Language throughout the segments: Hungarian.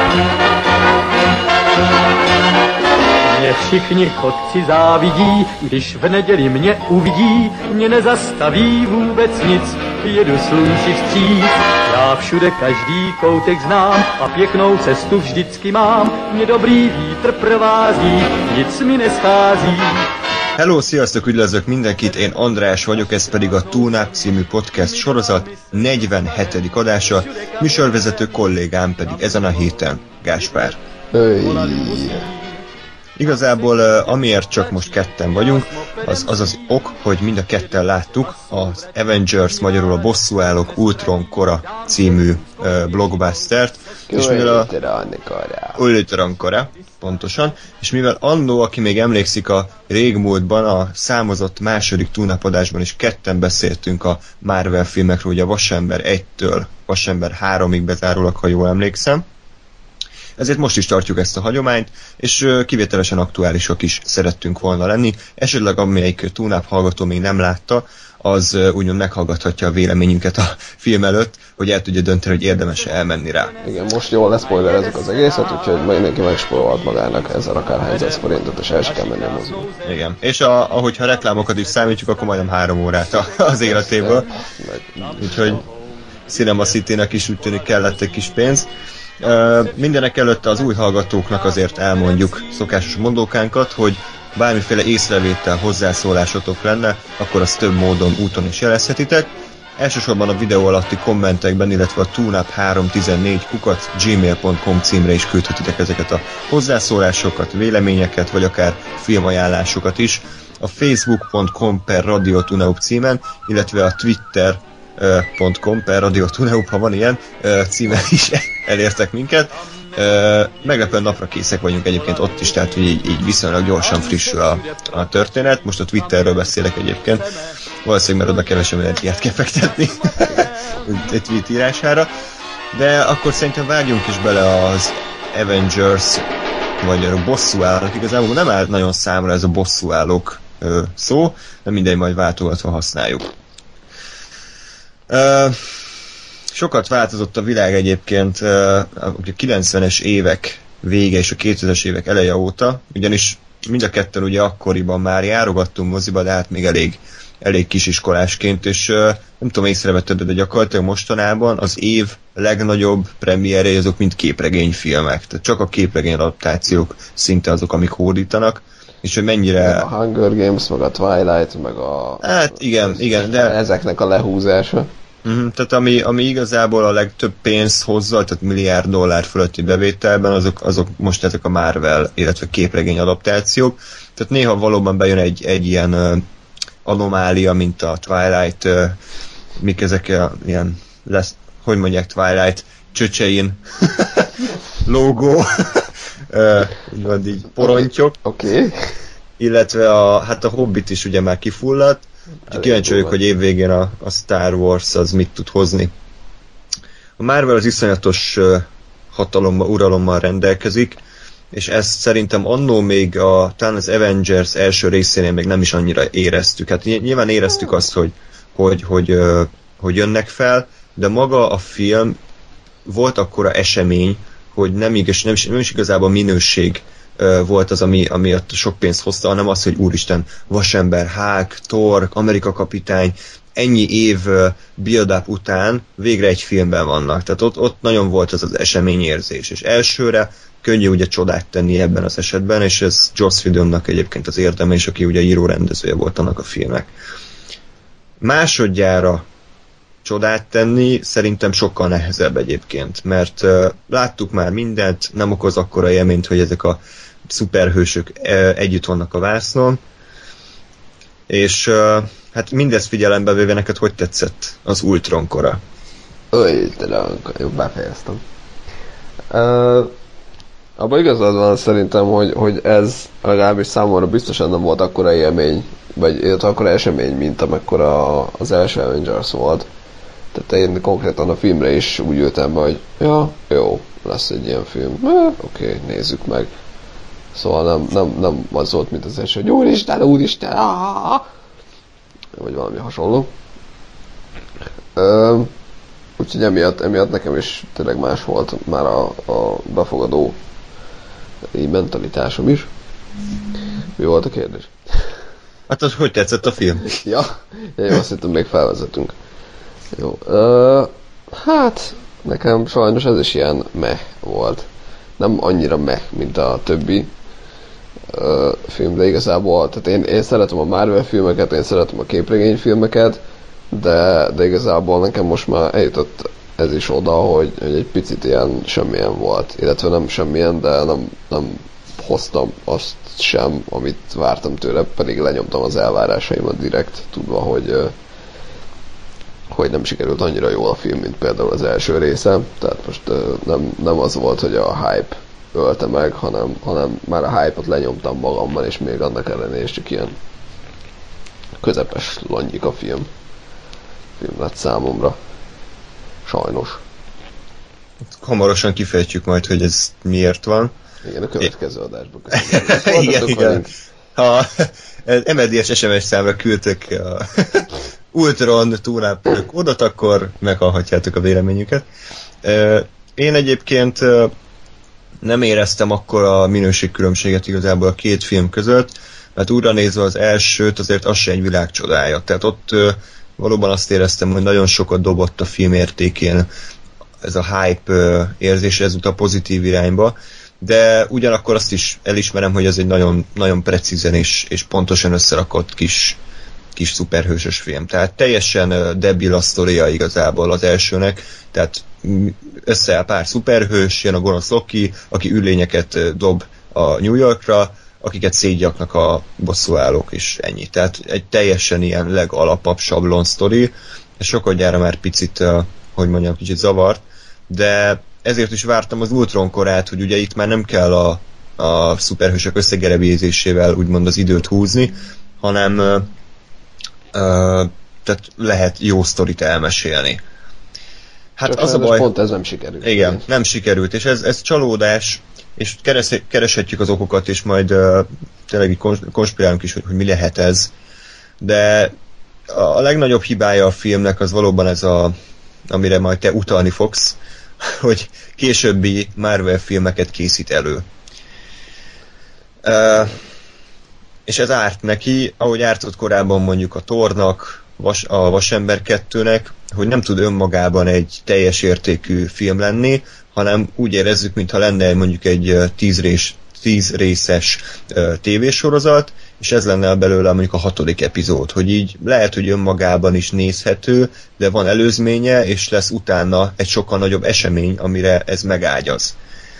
Mě všichni chodci závidí, když v neděli mě uvidí, mě nezastaví vůbec nic, jedu slunci vstříc. Já všude každý koutek znám a pěknou cestu vždycky mám, mě dobrý vítr provází, nic mi neschází. Hello, sziasztok, üdvözlök mindenkit, én András vagyok, ez pedig a Tune Up című podcast sorozat 47. adása, műsorvezető kollégám pedig ezen a héten Gáspár. Igazából amiért csak most ketten vagyunk, az ok, hogy mind a ketten láttuk az Avengers, magyarul a Bosszúállók Ultron Kora című blockbustert. Ultron Kora, pontosan. És mivel annó, aki még emlékszik a régmúltban, a számozott második túlnapadásban is ketten beszéltünk a Marvel filmekről, ugye a Vasember 1-től Vasember 3-ig bezárólag, ha jól emlékszem. Ezért most is tartjuk ezt a hagyományt, és kivételesen aktuálisak is szerettünk volna lenni. Esetleg amelyik Tune Up hallgató még nem látta, az úgymond meghallgathatja a véleményünket a film előtt, hogy el tudja dönteni, hogy érdemes elmenni rá. Igen, most jól leszpoilerezzük az egészet, úgyhogy mindenki megspórolt magának ezzel akárhány 100 forintot, és el sem kell menni a moziba. Igen, és ahogyha reklámokat is számítjuk, akkor majdnem 3 órát az életéből. Úgyhogy Cinema City-nek is úgy tűnik kellett egy kis pénz. Mindenek előtt az új hallgatóknak azért elmondjuk szokásos mondókánkat, hogy bármiféle észrevétel, hozzászólásotok lenne, akkor azt több módon, úton is jelezhetitek. Elsősorban a videó alatti kommentekben, illetve a tuneup314@gmail.com címre is küldhetitek ezeket a hozzászólásokat, véleményeket, vagy akár filmajánlásokat is. A facebook.com/radiotuneup címen, illetve a twitter.com/radiotuneup, ha van ilyen, címen is elértek minket. Meglepően napra készek vagyunk egyébként ott is, tehát hogy így viszonylag gyorsan frissül a történet. Most a Twitterről beszélek egyébként, valószínűleg mert oda kevesebb energiát kell fektetni egy tweet írására. De akkor szerintem vágjunk is bele az Avengers, vagy a bosszúállók. Igazából nem áll nagyon számra ez a bosszúállók szó, de mindegy, majd váltogatva használjuk. Sokat változott a világ egyébként a 90-es évek vége és a 2000-es évek eleje óta, ugyanis mind a ketten ugye akkoriban már járogattunk moziba, de hát még elég kisiskolásként, és nem tudom, észrevetted, de gyakorlatilag mostanában az év legnagyobb premierjei azok mind képregényfilmek, tehát csak a képregény adaptációk szinte azok, amik hódítanak, és hogy mennyire... A Hunger Games, meg a Twilight, meg a... Hát igen, de... Ezeknek a lehúzása. Tehát ami igazából a legtöbb pénzt hozza, tehát $1 milliárd fölötti bevételben, azok most ezek a Marvel, illetve képregény adaptációk. Tehát néha valóban bejön egy ilyen anomália, mint a Twilight, mik ezek ilyen, hogy mondják, Twilight csöcsein logó, így porontyok. Oké. Illetve a Hobbit is ugye már kifulladt. Kíváncsi vagyok, hogy évvégén a Star Wars az mit tud hozni. A Marvel az iszonyatos hatalommal, uralommal rendelkezik, és ezt szerintem annó még talán az Avengers első részénél még nem is annyira éreztük. Hát nyilván éreztük azt, hogy jönnek fel, de maga a film volt akkora esemény, hogy nem is igazából minőség volt az, ami ott sok pénzt hozta, hanem az, hogy úristen, Vasember, Hulk, Thor, Amerika kapitány, ennyi év build-up után végre egy filmben vannak. Tehát ott nagyon volt az eseményérzés, és elsőre könnyű ugye csodát tenni ebben az esetben, és ez Joss Whedonnak egyébként az érdeme, és aki ugye író-rendezője volt annak a filmnek. Másodjára csodát tenni szerintem sokkal nehezebb egyébként, mert láttuk már mindent, nem okoz akkora élményt, hogy ezek a szuperhősök együtt vannak a vásznon, és hát mindezt figyelembe véve neked hogy tetszett az Ultron Kora? Ultron Kora, jó, befejeztem. Abban igazad van szerintem, hogy ez legalábbis számomra biztosan nem volt akkora élmény, vagy akkora esemény, mint amekkora az első Avengers volt. Tehát én konkrétan a filmre is úgy ültem be, hogy ja, jó, lesz egy ilyen film. Oké, nézzük meg. Szóval nem az volt, mint az első, hogy úristen, vagy valami hasonló. Úgyhogy emiatt nekem is tényleg más volt már a befogadó mentalitásom is. Mi volt a kérdés? Hát az hogy tetszett a film? Ja, jó, azt hittem még felvezetünk. Jó, hát nekem sajnos ez is ilyen meh volt. Nem annyira meh, mint a többi film, de igazából, tehát én szeretem a Marvel filmeket, én szeretem a képregényfilmeket, de igazából nekem most már eljutott ez is oda, hogy egy picit ilyen semmilyen volt. Illetve nem semmilyen, de nem hoztam azt sem, amit vártam tőle, pedig lenyomtam az elvárásaimat direkt, tudva, hogy nem sikerült annyira jól a film, mint például az első része. Tehát most nem az volt, hogy a hype ölte meg, hanem már a hype-ot lenyomtam magammal, és még annak ellenére is csak ilyen közepes langyik a film lett számomra. Sajnos. Hamarosan kifejtjük majd, hogy ez miért van. Igen, a következő adásban. Igen. Ha MLDS SMS számra küldtök a Ultron túlnápoló kódot, akkor meghallhatjátok a véleményüket. Én egyébként nem éreztem akkor a minőségkülönbséget igazából a két film között, mert újra nézve az elsőt, azért az se egy világ csodája. Tehát ott valóban azt éreztem, hogy nagyon sokat dobott a film értékén ez a hype érzés, ez a pozitív irányba, de ugyanakkor azt is elismerem, hogy ez egy nagyon, nagyon precízen és pontosan összerakott kis szuperhősös film. Tehát teljesen debil a sztoria igazából az elsőnek, tehát összeáll pár szuperhős, jön a gonosz Loki, aki űrlényeket dob a New Yorkra, akiket szétgyaknak a bosszúállók, és ennyi. Tehát egy teljesen ilyen legalapabb sablon sztori, és sokadjára már picit, hogy mondjam, kicsit zavart, de ezért is vártam az Ultron korát, hogy ugye itt már nem kell a szuperhősök összegerebézésével úgymond az időt húzni, hanem tehát lehet jó sztorit elmesélni. Hát csak az a baj... Pont ez nem sikerült. Igen, nem sikerült, és ez csalódás, és kereshetjük az okokat, és majd tényleg konspirálunk is, hogy mi lehet ez. De a legnagyobb hibája a filmnek az valóban ez amire majd te utalni fogsz, hogy későbbi Marvel filmeket készít elő. És ez árt neki, ahogy ártott korábban mondjuk a Thornak, a Vasember 2-nek, hogy nem tud önmagában egy teljes értékű film lenni, hanem úgy érezzük, mintha lenne mondjuk egy 10 részes tévésorozat, és ez lenne belőle mondjuk a 6. epizód, hogy így lehet, hogy önmagában is nézhető, de van előzménye, és lesz utána egy sokkal nagyobb esemény, amire ez megágyaz.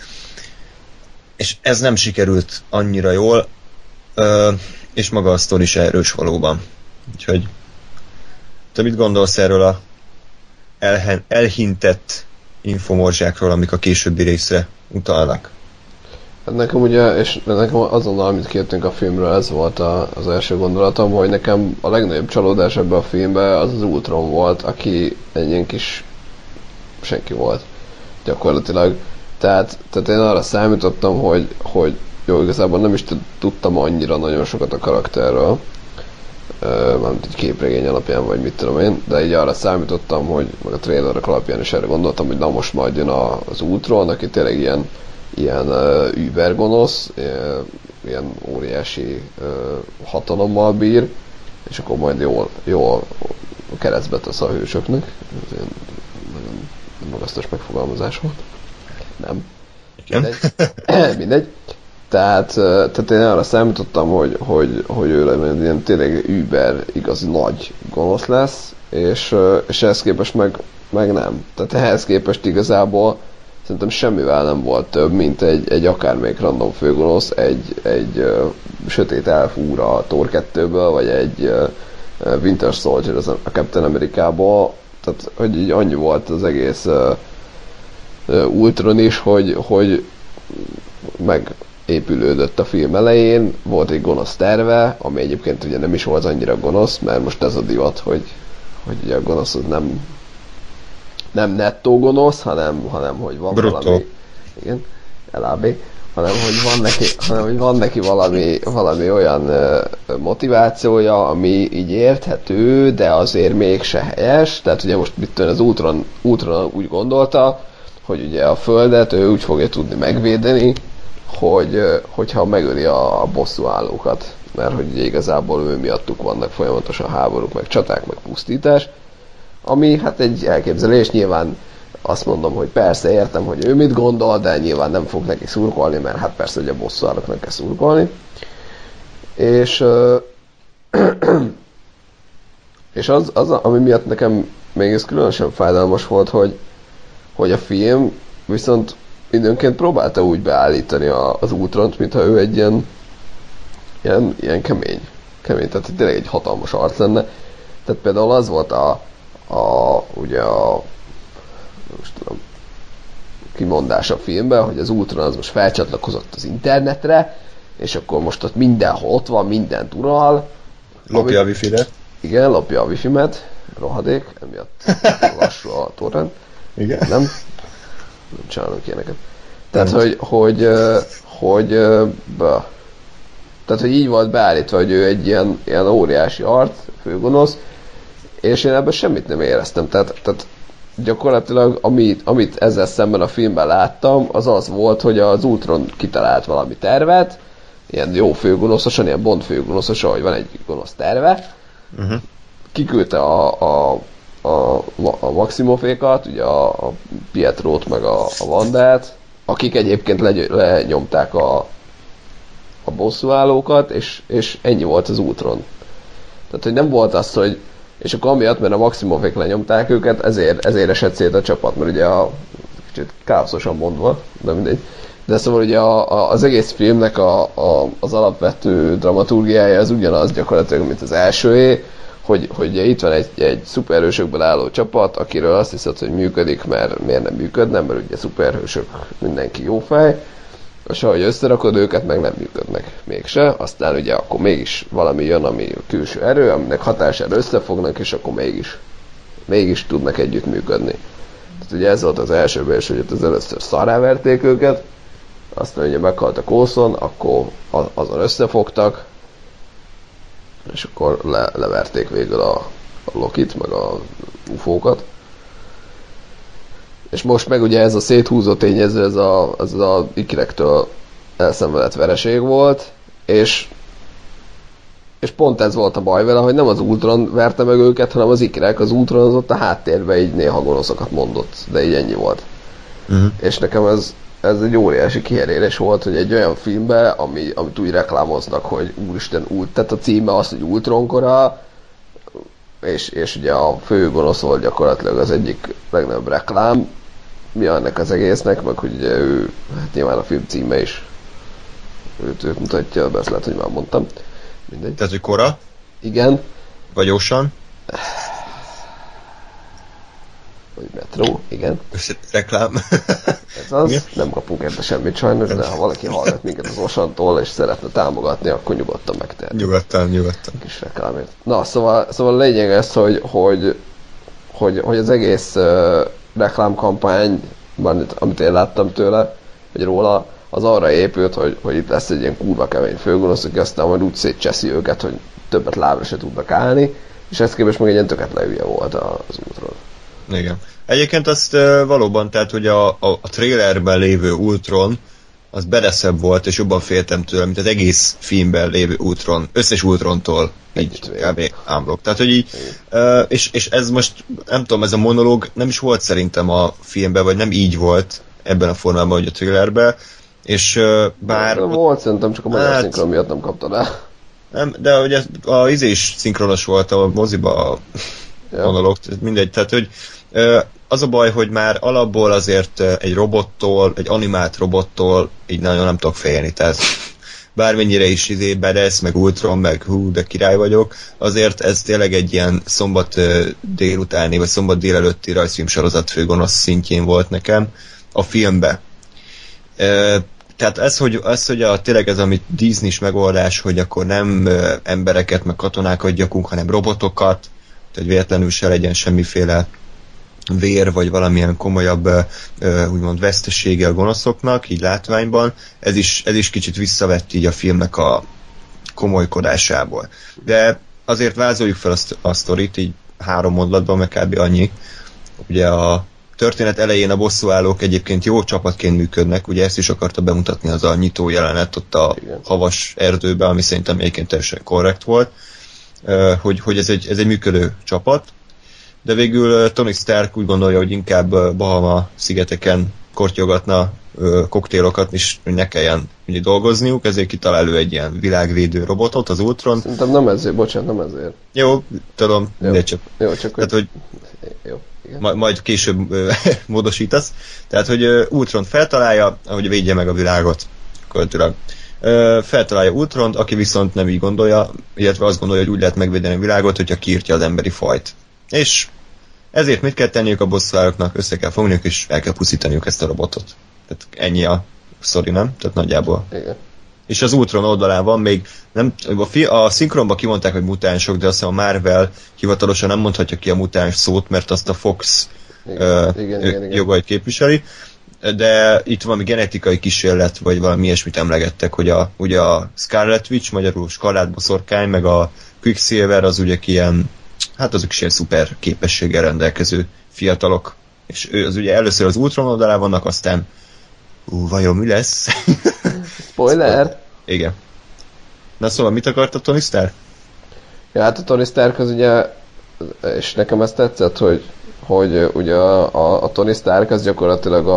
És ez nem sikerült annyira jól, és maga a sztori is erős valóban. Úgyhogy te mit gondolsz erről a elhintett infomorzsákról, amik a későbbi részre utalnak? Hát nekem ugye, és nekem azonnal, amit kértünk a filmről, ez volt az első gondolatom, hogy nekem a legnagyobb csalódás ebben a filmben az Ultron volt, aki egy ilyen kis senki volt gyakorlatilag. Tehát én arra számítottam, hogy jó, igazából nem is tudtam annyira nagyon sokat a karakterről, mármint egy képregény alapján, vagy mit tudom én, de így arra számítottam, hogy meg a trailerek alapján is erre gondoltam, hogy na most majd jön az Ultron, aki tényleg ilyen übergonosz, ilyen óriási hatalommal bír, és akkor majd jól keresztbe tesz a hősöknek. Ez ilyen nagyon magasztos megfogalmazás volt. Nem. Mindegy. Tehát én arra számítottam, hogy ő ilyen tényleg über igazi nagy gonosz lesz, és ehhez képest meg nem. Tehát ehhez képest igazából szerintem semmivel nem volt több, mint egy akármelyik random főgonosz, egy sötét elfúr a Thor 2-ből, vagy egy Winter Soldier a Captain America-ból. Tehát, hogy így annyi volt az egész Ultron is, hogy megépülődött a film elején, volt egy gonosz terve, ami egyébként ugye nem is volt annyira gonosz, mert most ez a divat, hogy ugye a gonosz az nem nettó gonosz, hanem hogy van Brutto. Valami. Igen, LAB. hanem hogy van neki valami olyan motivációja, ami így érthető, de azért mégse helyes. Tehát ugye most mit tudom, az Ultron úgy gondolta, hogy ugye a Földet ő úgy fogja tudni megvédeni, hogyha megöli a bosszúállókat. Mert hogy ugye igazából ő miattuk vannak folyamatosan háborúk, meg csaták, meg pusztítás. Ami hát egy elképzelés, nyilván azt mondom, hogy persze értem, hogy ő mit gondol, de nyilván nem fog neki szurkolni, mert hát persze, hogy a bosszúállóknak kell szurkolni. És az, ami miatt nekem még ez különösen fájdalmas volt, hogy a film viszont időnként próbálta úgy beállítani az Ultront, mintha ő egy ilyen kemény, tehát tényleg egy hatalmas arc lenne. Tehát például az volt ugye a most tudom, kimondás a filmben, hogy az Ultron az most felcsatlakozott az internetre, és akkor most ott mindenhol ott van, mindent ural. Lopja a wifi-re. Igen, lopja a wifi-met, rohadék, emiatt lassú a torrent. Igen. Nem csinálunk ilyeneket. Tehát, tehát, hogy így volt beállítva, hogy ő egy ilyen óriási arc, főgonosz, és én ebben semmit nem éreztem. Tehát gyakorlatilag, amit ezzel szemben a filmben láttam, az volt, hogy az Ultron kitalált valami tervet, ilyen jó főgonoszosan, ilyen Bond főgonoszosan, hogy van egy gonosz terve, kiküldte a Maximofékat, ugye a Pietrót meg a Wandát, akik egyébként lenyomták a bosszúállókat, és ennyi volt az Ultron. Tehát, hogy nem volt az, hogy és akkor amiatt, mert a Maximofék lenyomták őket, ezért esett szét a csapat, mert ugye kicsit káoszosan mondva, de mindegy. De szóval ugye az egész filmnek az alapvető dramaturgiája az ugyanaz gyakorlatilag, mint az elsőé, hogy itt van egy szuperhősökből álló csapat, akiről azt hiszed, hogy működik, mert miért nem működne, mert ugye szuperhősök mindenki jó fej, és ahogy összerakod őket, meg nem működnek mégse, aztán ugye akkor mégis valami jön, ami külső erő, aminek hatására összefognak, és akkor mégis tudnak együtt működni. Tehát ugye ez volt az elsőben, és hogy az először szarráverték őket, aztán ugye meghalt a Coulson, akkor azon összefogtak, és akkor leverték végül a Lokit, meg a UFO-kat. És most meg ugye ez a széthúzó tényező, ez a ikrektől elszenvedett vereség volt, és pont ez volt a baj vele, hogy nem az Ultron verte meg őket, hanem az ikrek, az Ultron az ott a háttérben így néha gonoszokat mondott, de így ennyi volt. És nekem ez egy óriási kiherélés volt, hogy egy olyan filmben, amit úgy reklámoznak, hogy úristen, tehát a címe az, hogy Ultronkora, és ugye a fő gonosz volt gyakorlatilag az egyik legnagyobb reklám, mi ennek az egésznek, meg hogy ugye ő, hát nyilván a film címe is őt mutatja, de ezt lehet, hogy már mondtam. Mindegy. Tehát, hogy Kora? Igen. Vagy Ocean? Vagy Metro, igen. Reklám. Ez az, igen? Nem kapunk érte semmit sajnos, de ha valaki hallgat minket az Oceantól és szeretne támogatni, akkor nyugodtan megtehet. Nyugodtan. Kis reklámért. Na, szóval a lényeg ez, hogy az egész reklámkampányban, amit én láttam tőle, vagy róla, az arra épült, hogy itt lesz egy ilyen kurva kemény főgonosz, aki aztán majd úgy szétcseszi őket, hogy többet lábra se tudnak állni, és ezt képest meg egy ilyen töketlen hülye volt az Ultron. Igen. Egyébként azt valóban, tehát, hogy a trailerben lévő Ultron az bedeszebb volt, és jobban féltem tőle, mint az egész filmben lévő Ultron, összes Ultrontól így kb. Ámblok. Tehát, hogy így, és ez most, nem tudom, ez a monológ nem is volt szerintem a filmben, vagy nem így volt ebben a formában, hogy a trailerben, és bár... Nem volt, szerintem csak a magyar szinkron miatt nem kapta rá. Nem, de ugye a izés szinkronos volt a moziba a monológ, mindegy, tehát, hogy az a baj, hogy már alapból azért egy robottól, egy animált robottól így nagyon nem tudok félni, tehát bármennyire is bedesz, meg Ultron, meg de király vagyok, azért ez tényleg egy ilyen szombat délutáni, vagy szombat délelőtti rajzfilmsorozat főgonosz szintjén volt nekem a filmbe. Tehát tényleg ez, amit Disney is megoldás, hogy akkor nem embereket, meg katonákat gyakunk, hanem robotokat, tehát véletlenül se legyen semmiféle vér, vagy valamilyen komolyabb úgymond vesztesége a gonoszoknak, így látványban. Ez is kicsit visszavett így a filmnek a komolykodásából. De azért vázoljuk fel a sztorit, így 3 mondatban, meg kb. Annyi. Ugye a történet elején a bosszúállók egyébként jó csapatként működnek, ugye ezt is akarta bemutatni az a nyitó jelenet ott a havas erdőben, ami szerintem egyébként teljesen korrekt volt, hogy ez egy működő csapat, de végül Tony Stark úgy gondolja, hogy inkább Bahama szigeteken kortyogatna koktélokat, és ne kelljen ugye dolgozniuk, ezért kitalál ő egy ilyen világvédő robotot, az Ultron. Szerintem nem ezért, bocsánat, nem ezért. Jó, tudom, de csak. Jó, csak tehát, hogy jó, igen. Majd később módosítasz. Tehát, hogy Ultron feltalálja, hogy védje meg a világot, költőleg. Feltalálja Ultront, aki viszont nem így gondolja, illetve azt gondolja, hogy úgy lehet megvédeni a világot, hogyha kiírtja az emberi fajt. És ezért mit kell tenniük a bosszúállóknak? Össze kell fogniuk, és el kell pusztítaniuk ezt a robotot. Tehát ennyi a sztori, nem? Tehát nagyjából. Igen. És az Ultron oldalán van még, nem, a szinkronban kimondták, hogy mutánsok, de azt hiszem a Marvel hivatalosan nem mondhatja ki a mutáns szót, mert azt a Fox igen. jogait képviseli. De itt valami genetikai kísérlet, vagy valami ilyesmit emlegettek, hogy ugye a Scarlet Witch, magyarul Skarlát boszorkány, meg a Quicksilver az ugye ilyen, hát azok is ilyen szuper képességgel rendelkező fiatalok. És ő az ugye először az Ultron oldalán vannak, aztán vajon mi lesz? Spoiler! Igen. Na szóval mit akart a Tony Stark? Ja, hát a Tony Stark az ugye, és nekem ezt tetszett, hogy ugye a Tony Stark az gyakorlatilag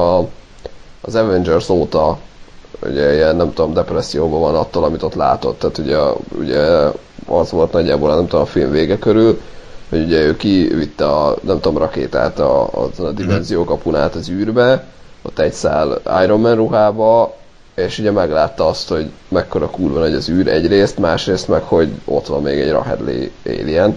az Avengers óta ugye ilyen, nem tudom, depresszióban van attól, amit ott látott. Tehát ugye az volt nagyjából, nem tudom, a film vége körül, hogy ugye ő kivitte a, nem tudom, rakétát a dimenzió kapunát az űrbe, ott egy szál Iron Man ruhába, és ugye meglátta azt, hogy mekkora kurva nagy az űr egyrészt, másrészt meg, hogy ott van még egy Rahedley alien,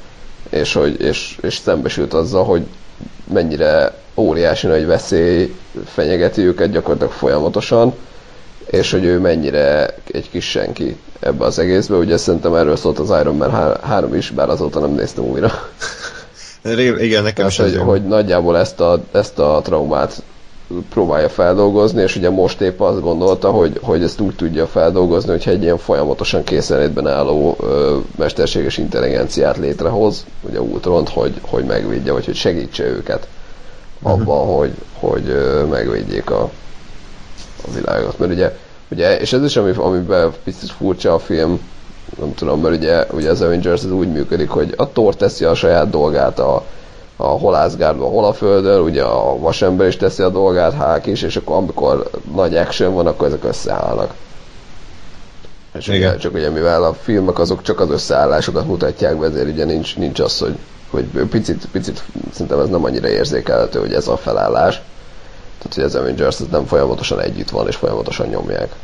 és szembesült azzal, hogy mennyire óriási nagy veszély fenyegeti őket gyakorlatilag folyamatosan, és hogy ő mennyire egy kis senki ebbe az egészbe. Ugye szerintem erről szólt az Iron Man 3 is, bár azóta nem néztem újra. Igen, nekem is hogy nagyjából ezt a traumát próbálja feldolgozni, és ugye most épp azt gondolta, hogy ezt úgy tudja feldolgozni, hogyha egy ilyen folyamatosan készenlétben álló mesterséges intelligenciát létrehoz, ugye Ultront, hogy megvédje, vagy hogy segítse őket abban, hogy megvédjék a világot. Mert ugye, és ez is, amiben picit furcsa a film, nem tudom, mert ugye az Avengers az úgy működik, hogy a Thor teszi a saját dolgát a Holászgárdban, hol a Földön, ugye a Vasember is teszi a dolgát, Hulk is, és akkor amikor nagy action van, akkor ezek összeállnak. És ugye, csak ugye mivel a filmek azok csak az összeállásokat mutatják be, ezért ugye nincs az, hogy picit szerintem ez nem annyira érzékelhető, hogy ez a felállás. Tehát, hogy az Avengers ez nem folyamatosan együtt van, és folyamatosan nyomják.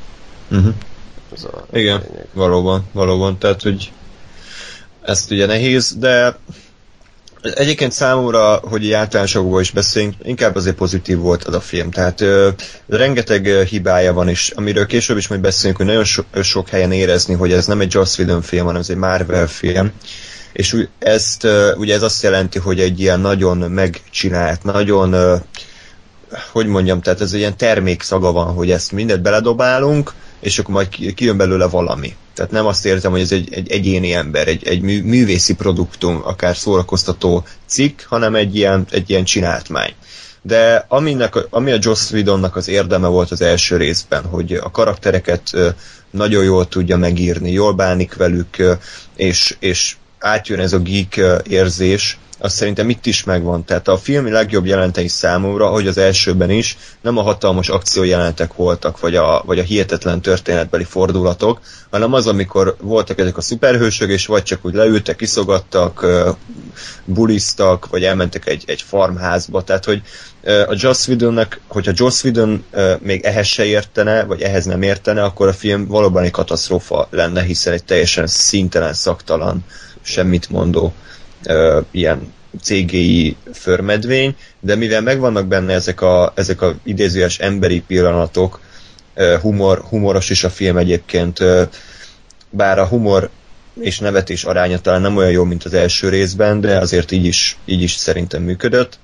Igen, valóban. Tehát, hogy ezt ugye nehéz, de egyébként számomra, hogy általánosokból is beszéljünk, inkább azért pozitív volt az a film. Tehát rengeteg hibája van, és amiről később is majd beszélünk, hogy nagyon sok helyen érezni, hogy ez nem egy Joss Whedon film, hanem ez egy Marvel film. És ugye ez azt jelenti, hogy egy ilyen nagyon megcsinált, nagyon, hogy mondjam, tehát ez egy ilyen termékszaga van, hogy ezt mindent beledobálunk, és akkor majd kijön belőle valami. Tehát nem azt értem, hogy ez egy egyéni ember, egy művészi produktum, akár szórakoztató cikk, hanem egy ilyen csináltmány. De ami a Joss Whedonnak az érdeme volt az első részben, hogy a karaktereket nagyon jól tudja megírni, jól bánik velük, és átjön ez a geek érzés, azt szerintem itt is megvan. Tehát a film legjobb jelentei számomra, hogy az elsőben is, nem a hatalmas akciójelentek voltak, vagy a hihetetlen történetbeli fordulatok, hanem az, amikor voltak ezek a szuperhősök, és vagy csak úgy leültek, kiszogattak, buliztak, vagy elmentek egy farmházba. Tehát, hogy a Joss Whedonnak, hogyha Joss Whedon még ehhez se értene, vagy ehhez nem értene, akkor a film valóban egy katasztrófa lenne, hiszen egy teljesen színtelen, szaktalan, semmit mondó ilyen CGI förmedvény, de mivel megvannak benne ezek a idézőjes emberi pillanatok, humoros is a film egyébként, bár a humor és nevetés aránya talán nem olyan jó, mint az első részben, de azért így is szerintem működött.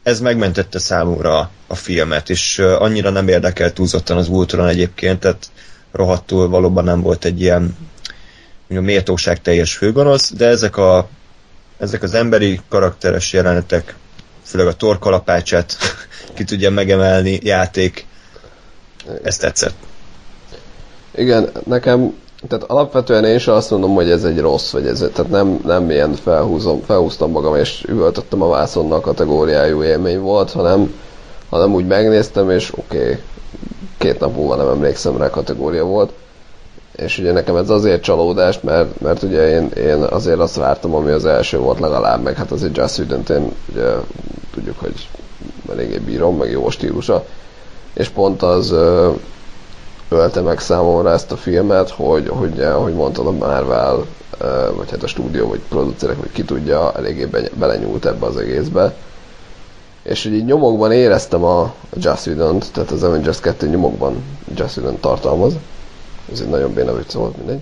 ez megmentette számomra a filmet, és annyira nem érdekelt túlzottan az Ultron egyébként, tehát rohadtul valóban nem volt egy ilyen méltóságteljes főgonosz, de ezek az emberi karakteres jelenetek, főleg a Thor kalapácsát ki tudja megemelni, játék, ez tetszett. Igen, nekem, tehát alapvetően én sem azt mondom, hogy ez egy rossz, vagy ez, tehát nem ilyen felhúztam magam és üvöltöttem a vászonnal kategóriájú élmény volt, hanem úgy megnéztem, és oké, 2 nap múlva nem emlékszem rá kategória volt. És ugye nekem ez azért csalódás, mert ugye én azért azt vártam, ami az első volt legalább, meg hát azért Joss Whedont én ugye tudjuk, hogy eléggé bírom, meg jó stílusa, és pont az ölte meg számomra ezt a filmet, hogy mondtad, a Marvel, vagy hát a stúdió, vagy producerek, vagy ki tudja, eléggé belenyúlt ebbe az egészbe. És hogy így nyomokban éreztem a Joss Whedont, tehát az Avengers 2 nyomokban Joss Whedont tartalmaz. Ez egy nagyon béna vicc volt, mindegy.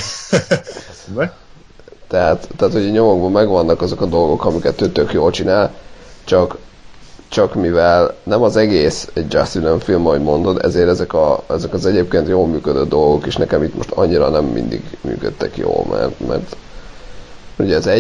tehát, hogy nyomokban megvannak azok a dolgok, amiket ő tök jól csinál, csak mivel nem az egész egy Joss Whedon film, ahogy mondod, ezért ezek az egyébként jól működő dolgok, és nekem itt most annyira nem mindig működtek jól, mert ugye az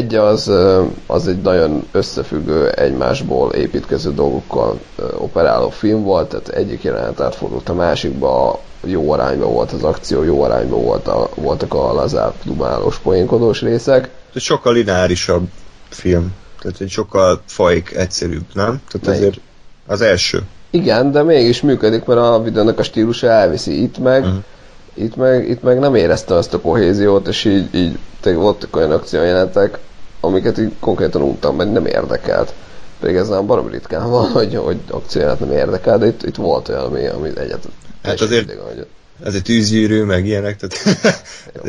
az egy nagyon összefüggő, egymásból építkező dolgokkal operáló film volt, tehát egyik jelenet átfordult a másikba, jó arányban volt az akció, jó arányban voltak a lazább, dumálós, poénkodós részek. Sokkal lineárisabb film. Tehát egy sokkal faik egyszerűbb, nem? Tehát ezért az első. Igen, de mégis működik, mert a videónak a stílusa elviszi. Itt meg nem éreztem ezt a kohéziót, és így voltak olyan akciójelenetek, amiket így konkrétan untam, mert nem érdekelt. Pedig ez nem baromi ritkán van, hogy akciójelenet nem érdekel, de itt volt olyan, ami egyáltalán. Hát azért ez egy tűzgyűrű, meg ilyenek, tehát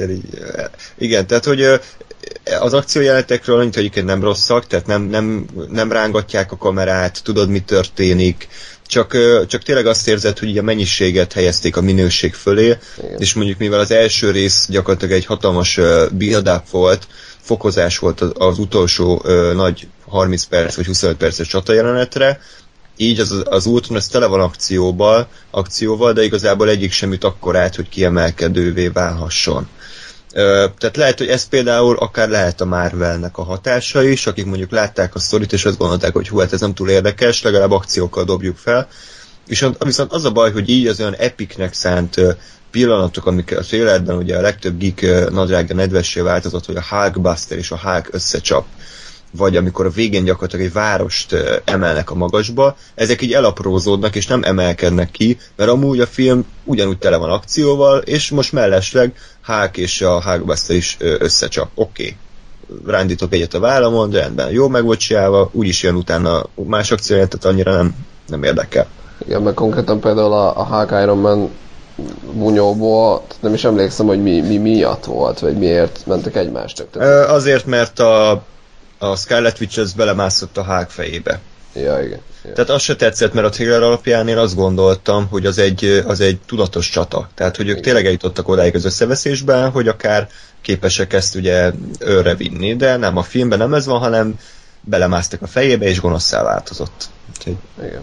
igen, tehát hogy az akciójelenetekről annyit, hogy nem rosszak, tehát nem rángatják a kamerát, tudod, mi történik, csak tényleg azt érzed, hogy a mennyiséget helyezték a minőség fölé, igen. És mondjuk mivel az első rész gyakorlatilag egy hatalmas build-up volt, fokozás volt az utolsó nagy 30 perc vagy 25 perces csatajelenetre, így az Ultron ez tele van akcióval, de igazából egyik sem üt akkorát, hogy kiemelkedővé válhasson. Tehát lehet, hogy ez például akár lehet a Marvelnek a hatása is, akik mondjuk látták a sztorit, és azt gondolták, hogy hát ez nem túl érdekes, legalább akciókkal dobjuk fel. Viszont az a baj, hogy így az olyan epicnek szánt pillanatok, amik a trailerben ugye a legtöbb geek nadrágja nedvessé változott, hogy a Hulkbuster és a Hulk összecsap, vagy amikor a végén gyakorlatilag egy várost emelnek a magasba, ezek így elaprózódnak és nem emelkednek ki, mert amúgy a film ugyanúgy tele van akcióval, és most mellesleg Hulk és a Hulkbuster is összecsap. Oké. Rándítok egyet a vállamon, de rendben, jó meg volt csinálva, úgyis jön utána más akcióját, tehát annyira nem érdekel. Igen, meg konkrétan például a Hulk Iron Man bunyóból, nem is emlékszem, hogy mi miatt volt, vagy miért mentek egymást. Azért, mert a Scarlet Witch az belemászott a Hulk fejébe. Ja, igen. Tehát az se tetszett, mert a trailer alapján én azt gondoltam, hogy az egy tudatos csata. Tehát, hogy ők tényleg eljutottak odáig az összeveszésben, hogy akár képesek ezt ugye őrre vinni, de nem, a filmben nem ez van, hanem belemásztak a fejébe, és gonoszszá változott. Igen.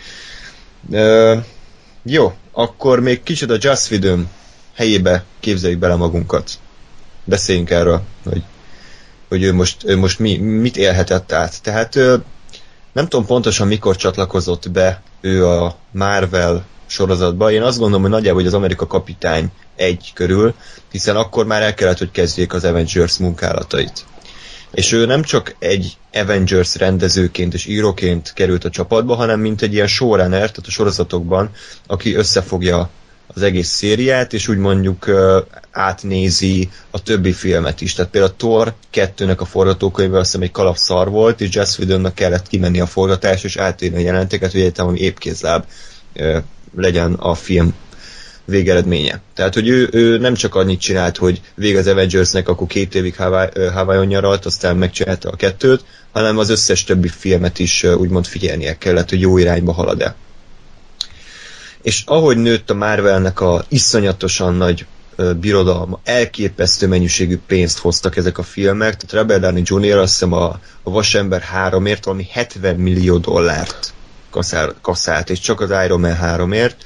Jó, akkor még kicsit a Joss Whedon helyébe képzeljük bele magunkat. Beszéljünk erről, hogy ő most mit élhetett át. Tehát nem tudom pontosan mikor csatlakozott be ő a Marvel sorozatba. Én azt gondolom, hogy nagyjából hogy az Amerika Kapitány 1 körül, hiszen akkor már el kellett, hogy kezdjék az Avengers munkálatait. És ő nem csak egy Avengers rendezőként és íróként került a csapatba, hanem mint egy ilyen showrunner, tehát a sorozatokban, aki összefogja az egész szériát, és úgy mondjuk átnézi a többi filmet is. Tehát például a Thor 2-nek a forgatókönyve azt hiszem egy kalapszar volt, és Joss Whedonnak kellett kimenni a forgatás, és átírni a jelenteket, hogy egyáltalán valami épkézláb legyen a film végeredménye. Tehát, hogy ő nem csak annyit csinált, hogy vége az Avengersnek, akkor 2 évig Hawaiion nyaralt, aztán megcsinálta a 2-t, hanem az összes többi filmet is úgymond figyelnie kellett, hogy jó irányba halad-e. És ahogy nőtt a Marvelnek a iszonyatosan nagy birodalma, elképesztő mennyiségű pénzt hoztak ezek a filmek, tehát Robert Downey Jr. azt hiszem a Vasember 3-ért valami $70 millió kaszált, és csak az Iron Man 3-ért.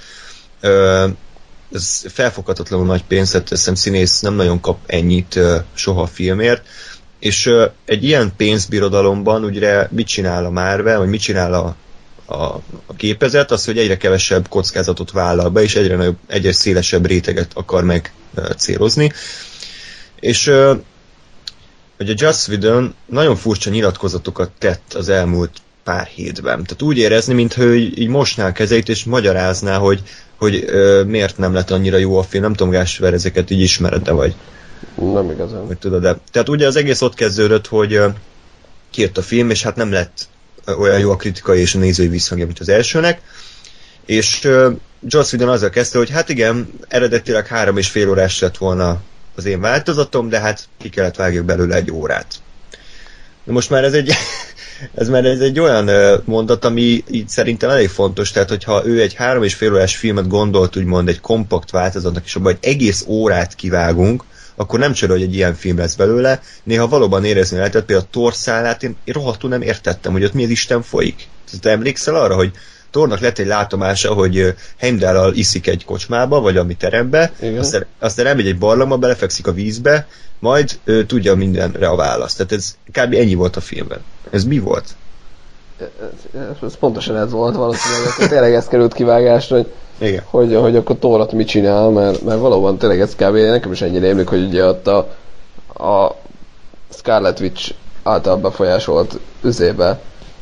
Ez felfoghatatlanul nagy pénz, tehát azt hiszem színész nem nagyon kap ennyit soha a filmért, és egy ilyen pénzbirodalomban ugye mit csinál a Marvel, vagy mit csinál a gépezet, az, hogy egyre kevesebb kockázatot vállal be, és egyre szélesebb réteget akar meg célozni. És hogy a Joss Whedon nagyon furcsa nyilatkozatokat tett az elmúlt pár hétben. Tehát úgy érezni, mintha ő így mosná a kezeit, és magyarázná, hogy miért nem lett annyira jó a film. Nem tudom, Gásver, ezeket így ismered-e, vagy? Nem igazán. Vagy tudod, de. Tehát ugye az egész ott kezdődött, hogy kijött a film, és hát nem lett olyan jó a kritikai és a nézői visszhangja, mint az elsőnek. És Joss Whedon azzal kezdte, hogy hát igen, eredetileg 3,5 órás lett volna az én változatom, de hát ki kellett vágjuk belőle 1 órát. De most már ez egy olyan mondat, ami így szerintem elég fontos, tehát hogyha ő egy 3,5 órás filmet gondolt, úgymond egy kompakt változatnak, és abban egy egész órát kivágunk, akkor nem csoda, hogy egy ilyen film lesz belőle. Néha valóban érezni lehetett, például a Thor szálát én rohadtul nem értettem, hogy ott mi az Isten folyik. Te emlékszel arra, hogy Thornak lett egy látomása, hogy Heimdallal iszik egy kocsmába, vagy ami terembe, aztán elmegy egy barlangba, belefekszik a vízbe, majd tudja mindenre a választ. Tehát ez kb. Ennyi volt a filmben. Ez mi volt? Ez pontosan ez volt valószínűleg, akkor tényleg ez került kivágásra, igen. Hogy akkor Thor mit csinál, mert valóban tényleg ez kb. Nekem is ennyire emlék, hogy ugye ott a Scarlet Witch által befolyásolt üzébe,